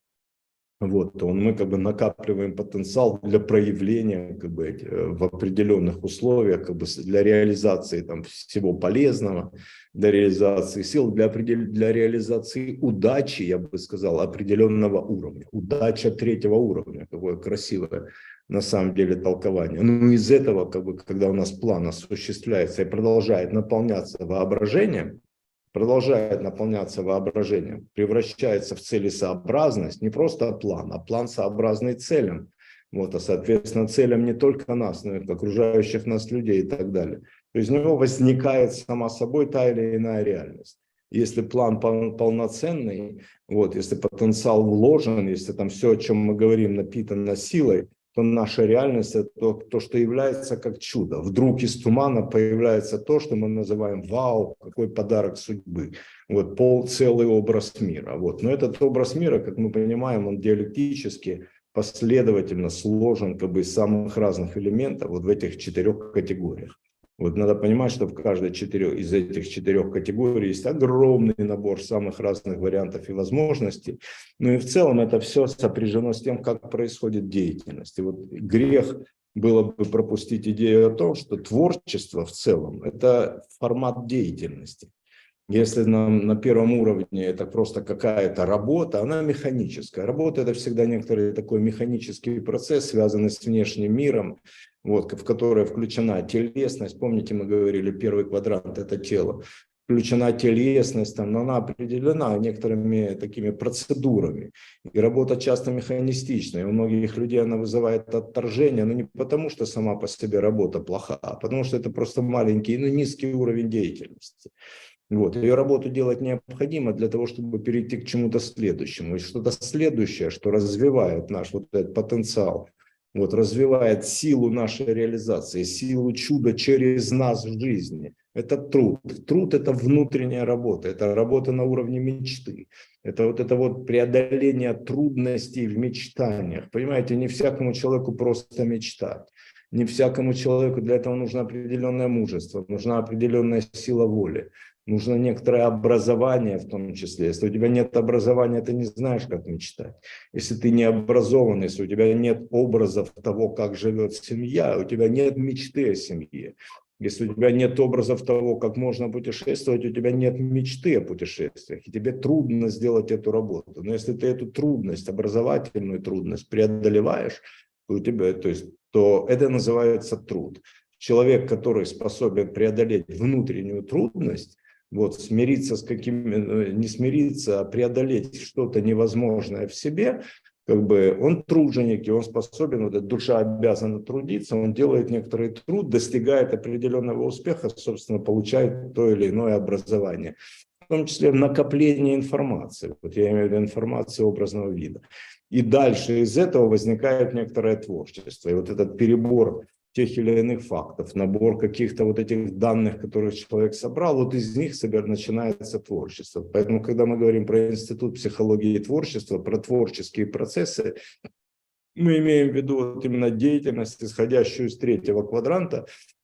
вот, то мы как бы накапливаем потенциал для проявления как бы, в определенных условиях, как бы, для реализации там, всего полезного, для реализации сил, для, для реализации удачи, я бы сказал, определенного уровня. Удача третьего уровня, какое красивое на самом деле толкование. Ну, из этого, как бы, когда у нас план осуществляется и продолжает наполняться воображением, продолжает наполняться воображением, превращается в целесообразность, не просто план, а план сообразный целям. Вот, а соответственно целям не только нас, но и окружающих нас людей и так далее. То есть из него возникает сама собой та или иная реальность. Если план пол, полноценный, вот, если потенциал вложен, если там все, о чем мы говорим, напитано силой, то наша реальность – это то, то, что является как чудо. Вдруг из тумана появляется то, что мы называем «Вау, какой подарок судьбы». Вот пол, целый образ мира. Вот. Но этот образ мира, как мы понимаем, он диалектически, последовательно сложен как бы из самых разных элементов вот в этих четырех категориях. Вот надо понимать, что в каждой четырех, из этих четырех категорий есть огромный набор самых разных вариантов и возможностей. Ну и в целом это все сопряжено с тем, как происходит деятельность. И вот грех было бы пропустить идею о том, что творчество в целом – это формат деятельности. Если на, на первом уровне это просто какая-то работа, она механическая. Работа – это всегда некоторый такой механический процесс, связанный с внешним миром, вот, в которое включена телесность. Помните, мы говорили, первый квадрант – это тело. Включена телесность, там, но она определена некоторыми такими процедурами. И работа часто механистичная. У многих людей она вызывает отторжение, но не потому, что сама по себе работа плоха, а потому что это просто маленький, ну, низкий уровень деятельности. Вот. Ее работу делать необходимо для того, чтобы перейти к чему-то следующему. И что-то следующее, что развивает наш вот этот потенциал, вот, развивает силу нашей реализации, силу чуда через нас в жизни. Это труд. Труд – это внутренняя работа, это работа на уровне мечты. Это вот это вот преодоление трудностей в мечтаниях. Понимаете, не всякому человеку просто мечтать. Не всякому человеку для этого нужно определенное мужество, нужна определенная сила воли. Нужно некоторое образование в том числе. Если у тебя нет образования, ты не знаешь, как мечтать. Если ты не образован, если у тебя нет образов того, как живет семья, у тебя нет мечты о семье. Если у тебя нет образов того, как можно путешествовать, у тебя нет мечты о путешествиях. И тебе трудно сделать эту работу. Но если ты эту трудность, образовательную трудность преодолеваешь, то, у тебя, то, есть, то это называется труд. Человек, который способен преодолеть внутреннюю трудность, вот, смириться с каким, не смириться, а преодолеть что-то невозможное в себе, как бы он труженик, и он способен, вот эта душа обязана трудиться, он делает некоторый труд, достигает определенного успеха, собственно, получает то или иное образование. В том числе накопление информации, вот я имею в виду информации образного вида. И дальше из этого возникает некоторое творчество. И вот этот перебор тех или иных фактов, набор каких-то вот этих данных, которые человек собрал, вот из них начинается творчество. Поэтому, когда мы говорим про Институт психологии и творчества, про творческие процессы, мы имеем в виду вот именно деятельность, исходящую из третьего квадранта,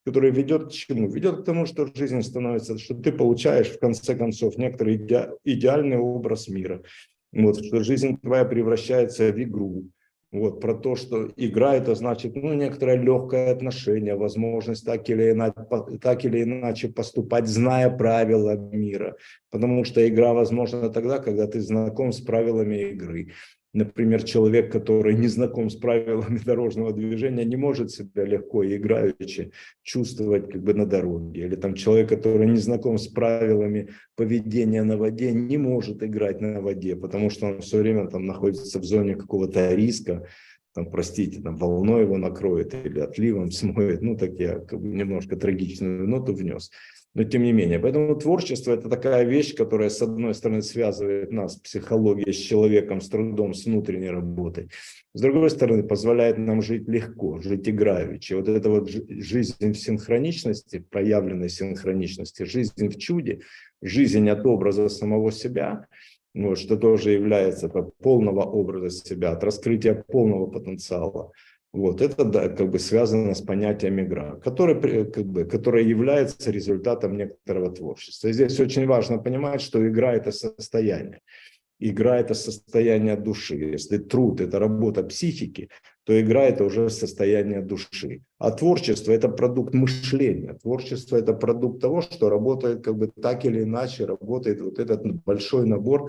который ведет к чему? Ведет к тому, что жизнь становится, что ты получаешь в конце концов некоторый иде, идеальный образ мира. Вот, что жизнь твоя превращается в игру. Вот, про то, что игра это значит, ну, некоторое легкое отношение, возможность так или, иначе, так или иначе поступать, зная правила мира. Потому что игра возможна тогда, когда ты знаком с правилами игры. Например, человек, который не знаком с правилами дорожного движения, не может себя легко и играючи чувствовать как бы на дороге. Или там человек, который не знаком с правилами поведения на воде, не может играть на воде, потому что он все время там находится в зоне какого-то риска. Там, простите, там волной его накроет или отливом смоет. Ну, так я как бы немножко трагичную ноту внес. Но тем не менее, поэтому творчество – это такая вещь, которая, с одной стороны, связывает нас, психология, с человеком, с трудом, с внутренней работой. С другой стороны, позволяет нам жить легко, жить играючи. Вот эта вот жизнь в синхроничности, проявленной синхроничности, жизнь в чуде, жизнь от образа самого себя, вот, что тоже является от полного образа себя, от раскрытия полного потенциала. Вот, это да, как бы связано с понятием игра, которое, как бы, которое является результатом некоторого творчества. И здесь очень важно понимать, что игра – это состояние. Игра – это состояние души. Если труд – это работа психики, то игра – это уже состояние души. А творчество – это продукт мышления. Творчество – это продукт того, что работает как бы так или иначе, работает вот этот большой набор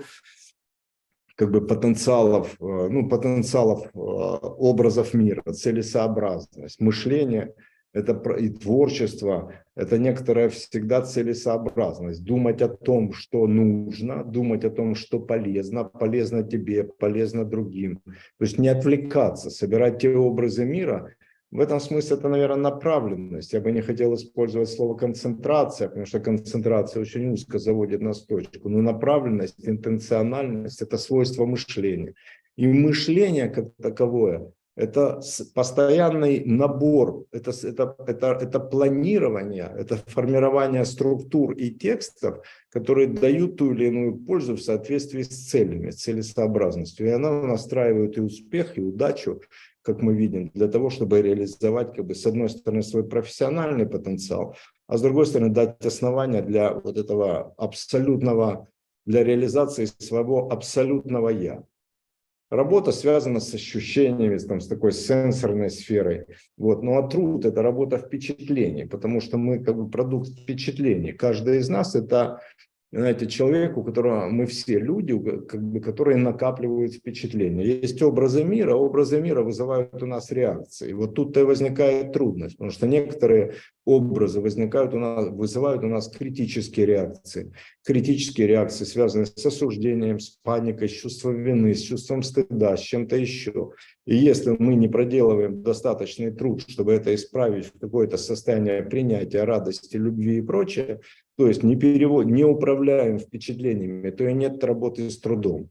как бы потенциалов, ну, потенциалов образов мира, целесообразность, мышление это и творчество, это некоторая всегда целесообразность. Думать о том, что нужно, думать о том, что полезно, полезно тебе, полезно другим. То есть не отвлекаться, собирать те образы мира. В этом смысле это, наверное, направленность. Я бы не хотел использовать слово концентрация, потому что концентрация очень узко заводит нас в точку. Но направленность, интенциональность – это свойство мышления. И мышление как таковое – это постоянный набор, это, это, это, это планирование, это формирование структур и текстов, которые дают ту или иную пользу в соответствии с целями, целесообразностью. И она настраивает и успех, и удачу, как мы видим, для того, чтобы реализовать, как бы, с одной стороны, свой профессиональный потенциал, а с другой стороны, дать основания для вот этого абсолютного, для реализации своего абсолютного «я». Работа связана с ощущениями, там, с такой сенсорной сферой. Вот. Ну а труд – это работа впечатлений, потому что мы как бы продукт впечатлений. Каждый из нас – это, знаете, человек, у которого мы все люди, как бы, которые накапливают впечатления. Есть образы мира, образы мира вызывают у нас реакции. Вот тут-то и возникает трудность, потому что некоторые образы возникают у нас, вызывают у нас критические реакции. Критические реакции связаны с осуждением, с паникой, с чувством вины, с чувством стыда, с чем-то еще. И если мы не проделываем достаточный труд, чтобы это исправить в какое-то состояние принятия, радости, любви и прочее, то есть не, перевод, не управляем впечатлениями, то и нет работы с трудом.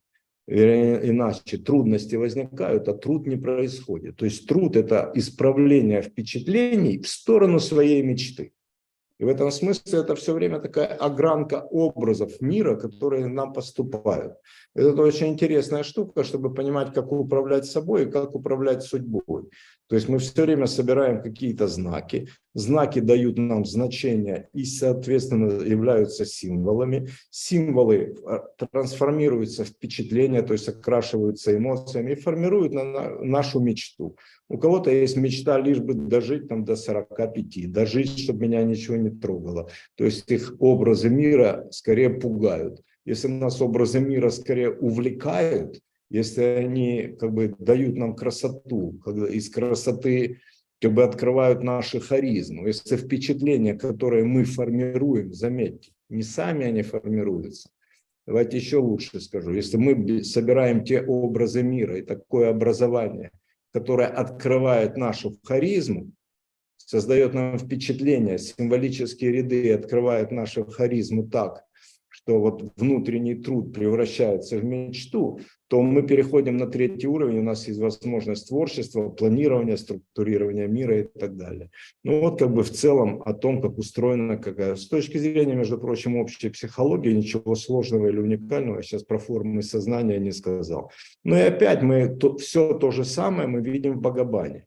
Иначе трудности возникают, а труд не происходит. То есть труд – это исправление впечатлений в сторону своей мечты. И в этом смысле это все время такая огранка образов мира, которые нам поступают. Это очень интересная штука, чтобы понимать, как управлять собой и как управлять судьбой. То есть мы все время собираем какие-то знаки. Знаки дают нам значения и, соответственно, являются символами. Символы трансформируются в впечатления, то есть окрашиваются эмоциями и формируют нашу мечту. У кого-то есть мечта лишь бы дожить там, до сорока пяти, дожить, чтобы меня ничего не трогало. То есть их образы мира скорее пугают. Если нас образы мира скорее увлекают, если они как бы дают нам красоту, когда из красоты как бы открывают наши харизму, если впечатления, которые мы формируем, заметьте, не сами они формируются. Давайте еще лучше скажу. Если мы собираем те образы мира и такое образование, которое открывает нашу харизму, создает нам впечатление, символические ряды открывают нашу харизму так, что вот внутренний труд превращается в мечту, то мы переходим на третий уровень, у нас есть возможность творчества, планирования, структурирования мира и так далее. Ну вот как бы в целом о том, как устроена, какая. С точки зрения, между прочим, общей психологии, ничего сложного или уникального, я сейчас про формы сознания не сказал. Но и опять мы то, все то же самое мы видим в Бхагаване.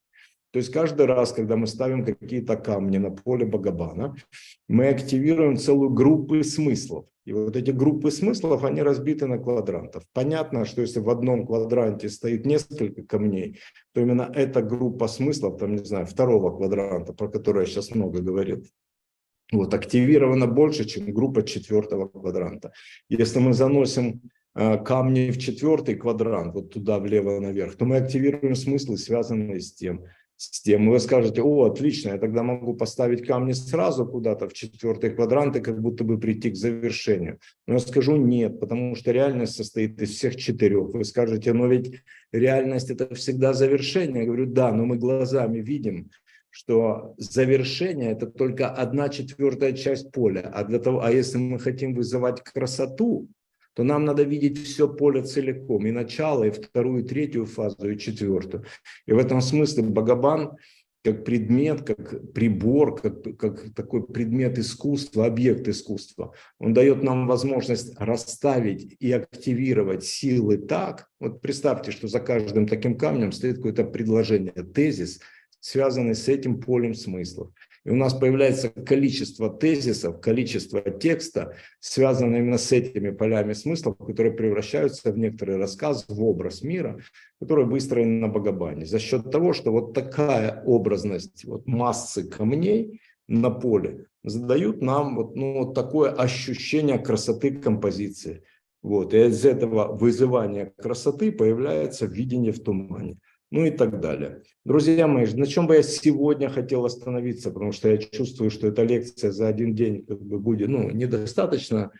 То есть каждый раз, когда мы ставим какие-то камни на поле Бхагабана, мы активируем целую группу смыслов. И вот эти группы смыслов, они разбиты на квадрантов. Понятно, что если в одном квадранте стоит несколько камней, то именно эта группа смыслов, там, не знаю, второго квадранта, про который я сейчас много говорил, вот, активирована больше, чем группа четвертого квадранта. Если мы заносим э, камни в четвертый квадрант, вот туда, влево, наверх, то мы активируем смыслы, связанные с тем. С тем. Вы скажете: о, отлично, я тогда могу поставить камни сразу куда-то в четвертый квадрант и как будто бы прийти к завершению. Но я скажу: нет, потому что реальность состоит из всех четырех. Вы скажете: но ведь реальность – это всегда завершение. Я говорю: да, но мы глазами видим, что завершение – это только одна четвертая часть поля. А, для того, а если мы хотим вызывать красоту, то нам надо видеть все поле целиком, и начало, и вторую, и третью фазу, и четвертую. И в этом смысле Бхагабан как предмет, как прибор, как, как такой предмет искусства, объект искусства, он дает нам возможность расставить и активировать силы так. Вот представьте, что за каждым таким камнем стоит какое-то предложение, тезис, связанный с этим полем смыслов. И у нас появляется количество тезисов, количество текста, связанное именно с этими полями смыслов, которые превращаются в некоторый рассказ, в образ мира, который выстроен на Бхагабане. За счет того, что вот такая образность вот массы камней на поле задают нам вот, ну, вот такое ощущение красоты композиции. Вот. И из этого вызывания красоты появляется видение в тумане. Ну и так далее. Друзья мои, на чем бы я сегодня хотел остановиться, потому что я чувствую, что эта лекция за один день как бы будет, ну, недостаточно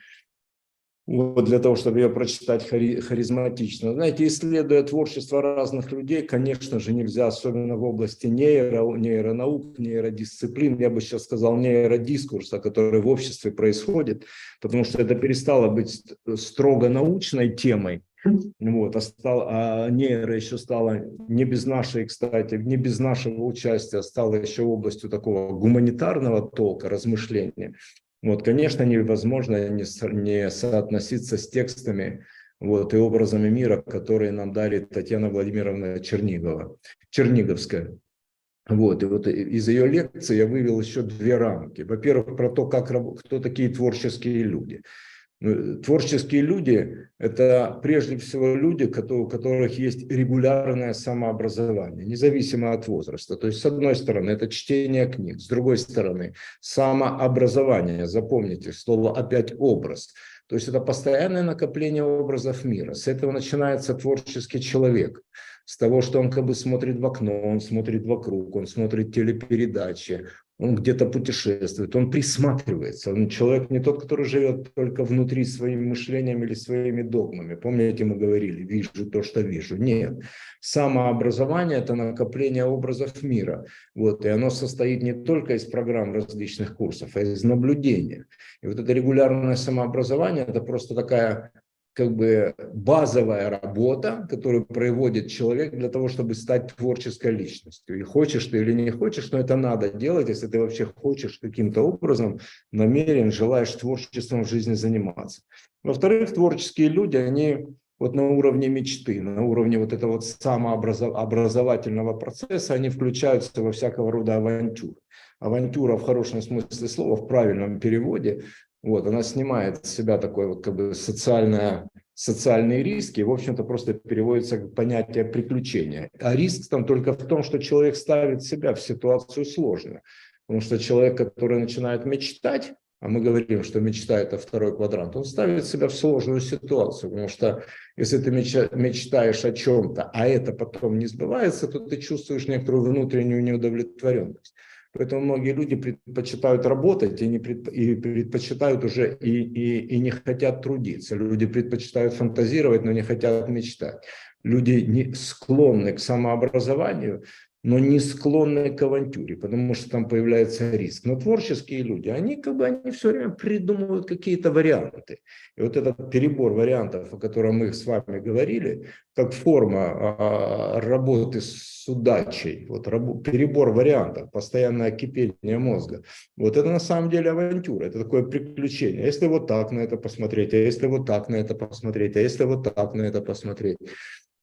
вот для того, чтобы ее прочитать хари, харизматично. Знаете, исследуя творчество разных людей, конечно же, нельзя, особенно в области нейро, нейронаук, нейродисциплин, я бы сейчас сказал нейродискурса, который в обществе происходит, потому что это перестало быть строго научной темой. Вот, а, стал, а нейро еще стало не без нашей, кстати, не без нашего участия, стало еще областью такого гуманитарного толка, размышления. Вот, конечно, невозможно не, со, не соотноситься с текстами вот, и образами мира, которые нам дарит Татьяна Владимировна Чернигова, Черниговская. Вот, и вот из ее лекции я вывел еще две рамки. Во-первых, про то, как, кто такие творческие люди. Творческие люди – это прежде всего люди, у которых есть регулярное самообразование, независимо от возраста. То есть, с одной стороны, это чтение книг, с другой стороны, самообразование. Запомните, слово опять «образ». То есть, это постоянное накопление образов мира. С этого начинается творческий человек. С того, что он как бы смотрит в окно, он смотрит вокруг, он смотрит телепередачи, он где-то путешествует, он присматривается. Он человек не тот, который живет только внутри своим мышлением или своими догмами. Помните, мы говорили: вижу то, что вижу. Нет. Самообразование – это накопление образов мира. Вот. И оно состоит не только из программ различных курсов, а из наблюдения. И вот это регулярное самообразование – это просто такая как бы базовая работа, которую проводит человек для того, чтобы стать творческой личностью. И хочешь ты или не хочешь, но это надо делать, если ты вообще хочешь каким-то образом, намерен, желаешь творчеством в жизни заниматься. Во-вторых, творческие люди, они вот на уровне мечты, на уровне вот этого вот самообразовательного процесса, они включаются во всякого рода авантюры. Авантюра в хорошем смысле слова, в правильном переводе, вот, она снимает с себя такое вот как бы социальное, социальные риски, и, в общем-то, просто переводится как понятие приключения. А риск там только в том, что человек ставит себя в ситуацию сложную. Потому что человек, который начинает мечтать, а мы говорим, что мечта – это второй квадрант, он ставит себя в сложную ситуацию. Потому что если ты мечтаешь о чем-то, а это потом не сбывается, то ты чувствуешь некоторую внутреннюю неудовлетворенность. Поэтому многие люди предпочитают работать и, не предп... и предпочитают уже и, и, и не хотят трудиться. Люди предпочитают фантазировать, но не хотят мечтать. Люди не склонны к самообразованию, но не склонны к авантюре, потому что там появляется риск. Но творческие люди, они как бы они все время придумывают какие-то варианты. И вот этот перебор вариантов, о котором мы с вами говорили, как форма а, работы с удачей, вот раб, перебор вариантов, постоянное кипение мозга, вот это на самом деле авантюра, это такое приключение. Если вот так на это посмотреть, а если вот так на это посмотреть, а если вот так на это посмотреть.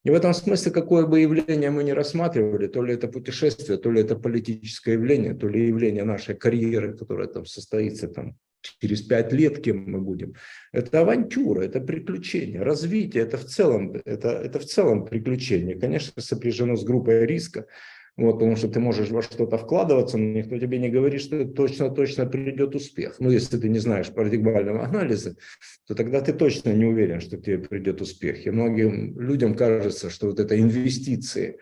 И в этом смысле, какое бы явление мы ни рассматривали, то ли это путешествие, то ли это политическое явление, то ли явление нашей карьеры, которая там состоится там, через пять лет, кем мы будем, это авантюра, это приключение, развитие, это в целом, это, это в целом приключение. Конечно, сопряжено с группой риска, вот, потому что ты можешь во что-то вкладываться, но никто тебе не говорит, что точно-точно придет успех. Ну, если ты не знаешь парадигмального анализа, то тогда ты точно не уверен, что тебе придет успех. И многим людям кажется, что вот это инвестиции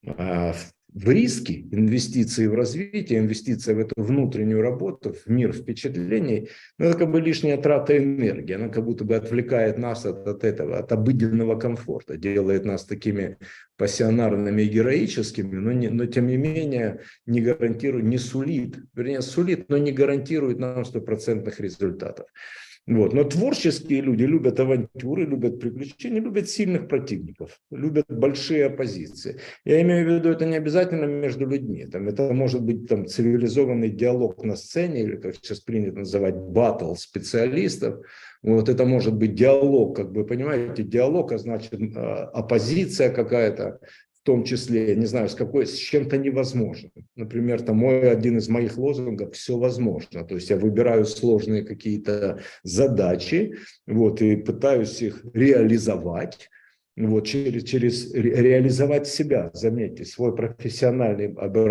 а, в риски, инвестиции в развитие, инвестиция в эту внутреннюю работу, в мир впечатлений, ну, это как бы лишняя трата энергии, она как будто бы отвлекает нас от, от этого, от обыденного комфорта, делает нас такими пассионарными и героическими, но, не, но тем не менее не гарантирует, не сулит, вернее сулит, но не гарантирует нам стопроцентных результатов. Вот. Но творческие люди любят авантюры, любят приключения, любят сильных противников, любят большие оппозиции. Я имею в виду, это не обязательно между людьми. Там, это может быть там, цивилизованный диалог на сцене, или как сейчас принято называть, баттл специалистов. Вот это может быть диалог, как бы, понимаете, диалог, а значит оппозиция какая-то, в том числе, я не знаю, с какой, с чем-то невозможным. Например, там мой, один из моих лозунгов «все возможно». То есть я выбираю сложные какие-то задачи, вот, и пытаюсь их реализовать, вот, через, через реализовать себя, заметьте, свой профессиональный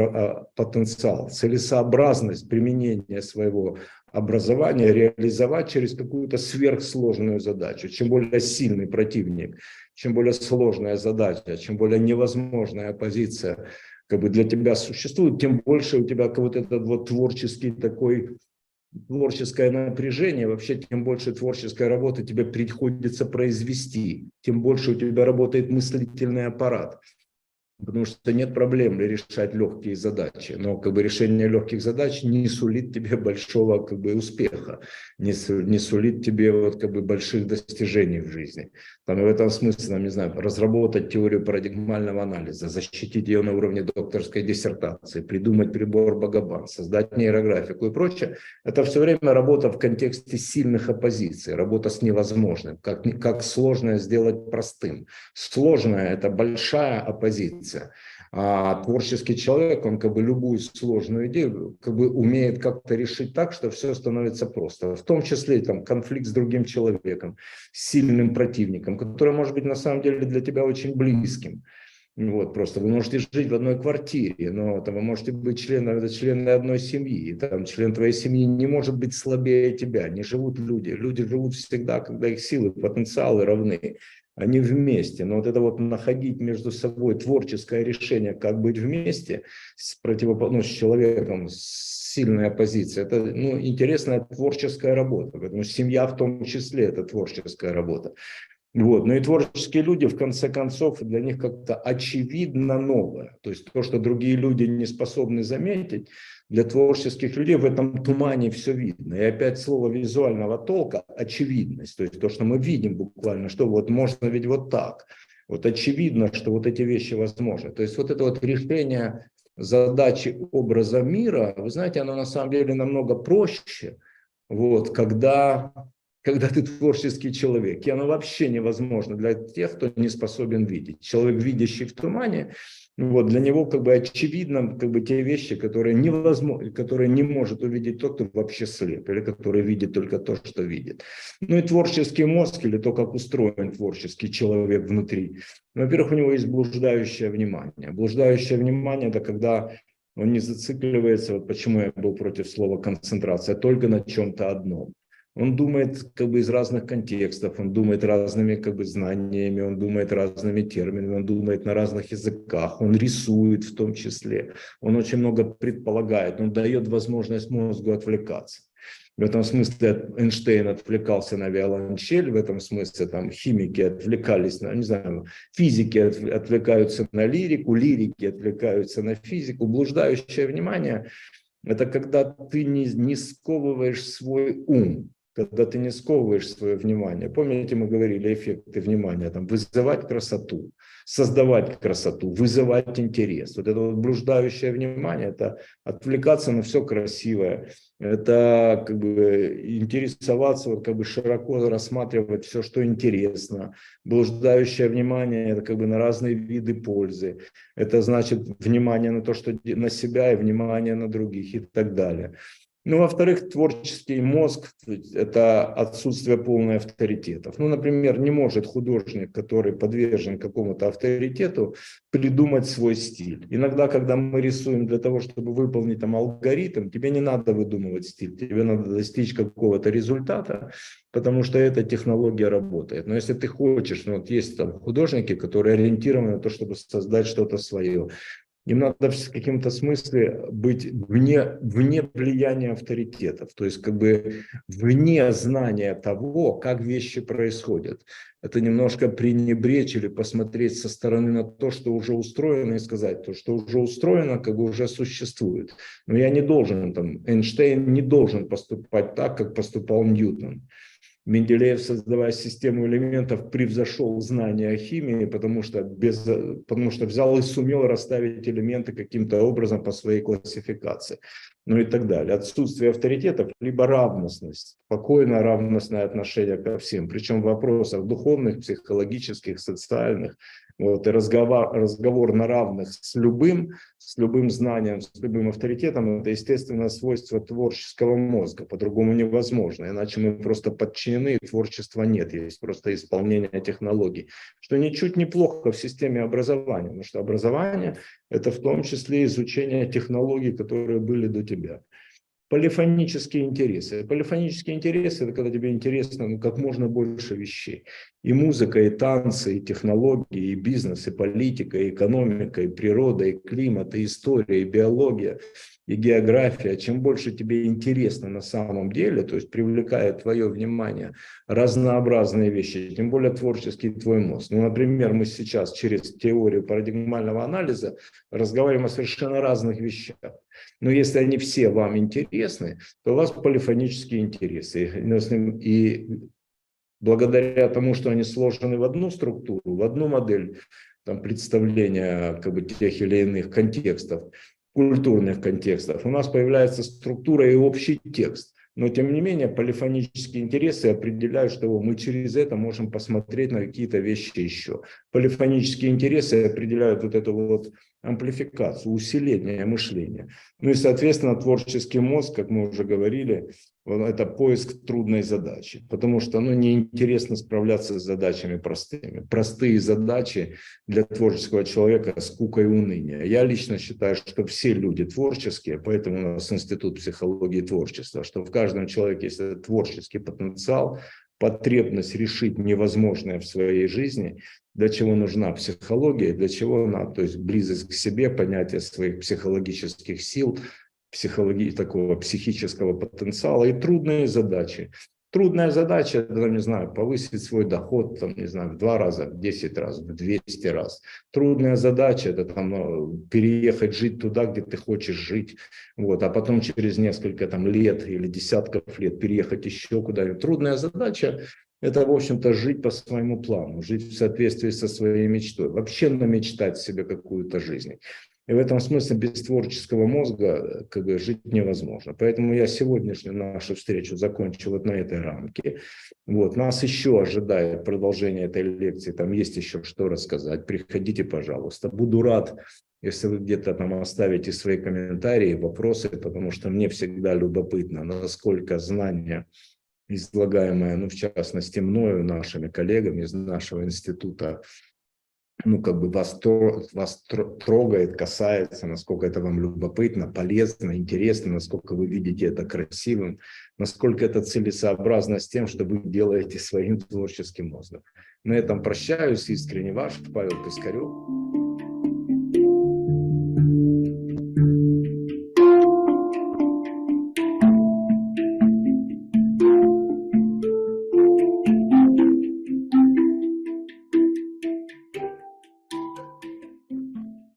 потенциал, целесообразность применения своего образования реализовать через какую-то сверхсложную задачу. Чем более сильный противник, чем более сложная задача, чем более невозможная позиция как бы для тебя существует, тем больше у тебя вот этот вот творческий такой, творческое напряжение, вообще тем больше творческой работы тебе приходится произвести, тем больше у тебя работает мыслительный аппарат. Потому что нет проблем решать легкие задачи, но как бы решение легких задач не сулит тебе большого как бы успеха, не, не сулит тебе вот как бы больших достижений в жизни. Там, в этом смысле, нам, не знаю, разработать теорию парадигмального анализа, защитить ее на уровне докторской диссертации, придумать прибор Багабан, создать нейрографику и прочее. Это все время работа в контексте сильных оппозиций, работа с невозможным, как, как сложное сделать простым. Сложное – это большая оппозиция. А творческий человек, он как бы любую сложную идею как бы умеет как-то решить так, что все становится просто. В том числе там, конфликт с другим человеком, с сильным противником, который может быть на самом деле для тебя очень близким. Вот, просто вы можете жить в одной квартире, но там, вы можете быть членом, членом одной семьи, и там член твоей семьи не может быть слабее тебя. Не живут люди. Люди живут всегда, когда их силы, потенциалы равны. Они вместе. Но вот это вот находить между собой творческое решение, как быть вместе с противоположным, ну, с человеком, с сильной оппозицией, это ну, интересная творческая работа. Поэтому семья в том числе это творческая работа. Вот. Ну и творческие люди, в конце концов, для них как-то очевидно новое. То есть то, что другие люди не способны заметить, для творческих людей в этом тумане все видно. И опять слово визуального толка – очевидность. То есть то, что мы видим буквально, что вот можно ведь вот так. Вот очевидно, что вот эти вещи возможны. То есть вот это вот решение задачи образа мира, вы знаете, оно на самом деле намного проще, вот, когда... когда ты творческий человек, и оно вообще невозможно для тех, кто не способен видеть. Человек, видящий в тумане, вот, для него как бы очевидно как бы, те вещи, которые, невозможно, которые не может увидеть тот, кто вообще слеп, или который видит только то, что видит. Ну и творческий мозг, или то, как устроен творческий человек внутри. Во-первых, у него есть блуждающее внимание. Блуждающее внимание – это когда он не зацикливается, вот почему я был против слова концентрация, только на чем-то одном. Он думает как бы из разных контекстов, он думает разными как бы знаниями, он думает разными терминами, он думает на разных языках, он рисует в том числе, он очень много предполагает, он дает возможность мозгу отвлекаться. В этом смысле Эйнштейн отвлекался на виолончель, в этом смысле там химики отвлекались на, не знаю, физики отвлекаются на лирику, лирики отвлекаются на физику. Блуждающее внимание – это когда ты не, не сковываешь свой ум, когда ты не сковываешь свое внимание. Помните, мы говорили эффекты внимания, там, вызывать красоту, создавать красоту, вызывать интерес. Вот это вот блуждающее внимание – это отвлекаться на все красивое, это как бы интересоваться, вот как бы широко рассматривать все, что интересно, блуждающее внимание, это как бы на разные виды пользы, это значит внимание на то, что на себя и внимание на других и так далее. Ну, во-вторых, творческий мозг – это отсутствие полной авторитетов. Ну, например, не может художник, который подвержен какому-то авторитету, придумать свой стиль. Иногда, когда мы рисуем для того, чтобы выполнить там алгоритм, тебе не надо выдумывать стиль, тебе надо достичь какого-то результата, потому что эта технология работает. Но если ты хочешь, ну, вот есть там художники, которые ориентированы на то, чтобы создать что-то свое, им надо в каком-то смысле быть вне, вне влияния авторитетов, то есть как бы вне знания того, как вещи происходят. Это немножко пренебречь или посмотреть со стороны на то, что уже устроено, и сказать, то, что уже устроено, как бы уже существует. Но я не должен, там, Эйнштейн не должен поступать так, как поступал Ньютон. Менделеев, создавая систему элементов, превзошел знания о химии, потому что, без, потому что взял и сумел расставить элементы каким-то образом по своей классификации. Ну и так далее. Отсутствие авторитетов, либо равностность, спокойное равностное отношение ко всем. Причем в вопросах духовных, психологических, социальных. Вот, и разговор, разговор на равных с любым, с любым знанием, с любым авторитетом, это, естественно, свойство творческого мозга. По-другому невозможно. Иначе мы просто подчинены, и творчества нет. Есть просто исполнение технологий. Что ничуть неплохо в системе образования. Потому что образование – это в том числе изучение технологий, которые были до тебя. Полифонические интересы. Полифонические интересы – это когда тебе интересно, ну, как можно больше вещей. И музыка, и танцы, и технологии, и бизнес, и политика, и экономика, и природа, и климат, и история, и биология, и география. Чем больше тебе интересно на самом деле, то есть привлекает твое внимание разнообразные вещи, тем более творческий твой мозг. Ну, например, мы сейчас через теорию парадигмального анализа разговариваем о совершенно разных вещах. Но если они все вам интересны, то у вас полифонические интересы. И благодаря тому, что они сложены в одну структуру, в одну модель там, представления как бы, тех или иных контекстов, культурных контекстов, у нас появляется структура и общий текст. Но, тем не менее, полифонические интересы определяют, что мы через это можем посмотреть на какие-то вещи еще. Полифонические интересы определяют вот эту вот амплификацию, усиление мышления. Ну и, соответственно, творческий мозг, как мы уже говорили, это поиск трудной задачи, потому что ну, неинтересно справляться с задачами простыми. Простые задачи для творческого человека – скука и уныние. Я лично считаю, что все люди творческие, поэтому у нас Институт психологии и творчества, что в каждом человеке есть этот творческий потенциал, потребность решить невозможное в своей жизни, для чего нужна психология, для чего она, то есть близость к себе, понятие своих психологических сил, психологии, такого психического потенциала и трудные задачи. Трудная задача, там, не знаю, повысить свой доход, там, не знаю, в два раза, в десять раз, в двести раз. Трудная задача – это там, переехать жить туда, где ты хочешь жить, вот, а потом через несколько там, лет или десятков лет переехать еще куда-нибудь. Трудная задача – это, в общем-то, жить по своему плану, жить в соответствии со своей мечтой, вообще намечтать себе какую-то жизнь. И в этом смысле без творческого мозга как бы, жить невозможно. Поэтому я сегодняшнюю нашу встречу закончу вот на этой рамке. Вот. Нас еще ожидает продолжение этой лекции. Там есть еще что рассказать. Приходите, пожалуйста. Буду рад, если вы где-то там оставите свои комментарии, вопросы, потому что мне всегда любопытно, насколько знания, излагаемые, ну, в частности, мною, нашими коллегами из нашего института, ну, как бы вас, вас трогает, касается, насколько это вам любопытно, полезно, интересно, насколько вы видите это красивым, насколько это целесообразно с тем, что вы делаете своим творческим мозгом. На этом прощаюсь. Искренне ваш Павел Пискарев.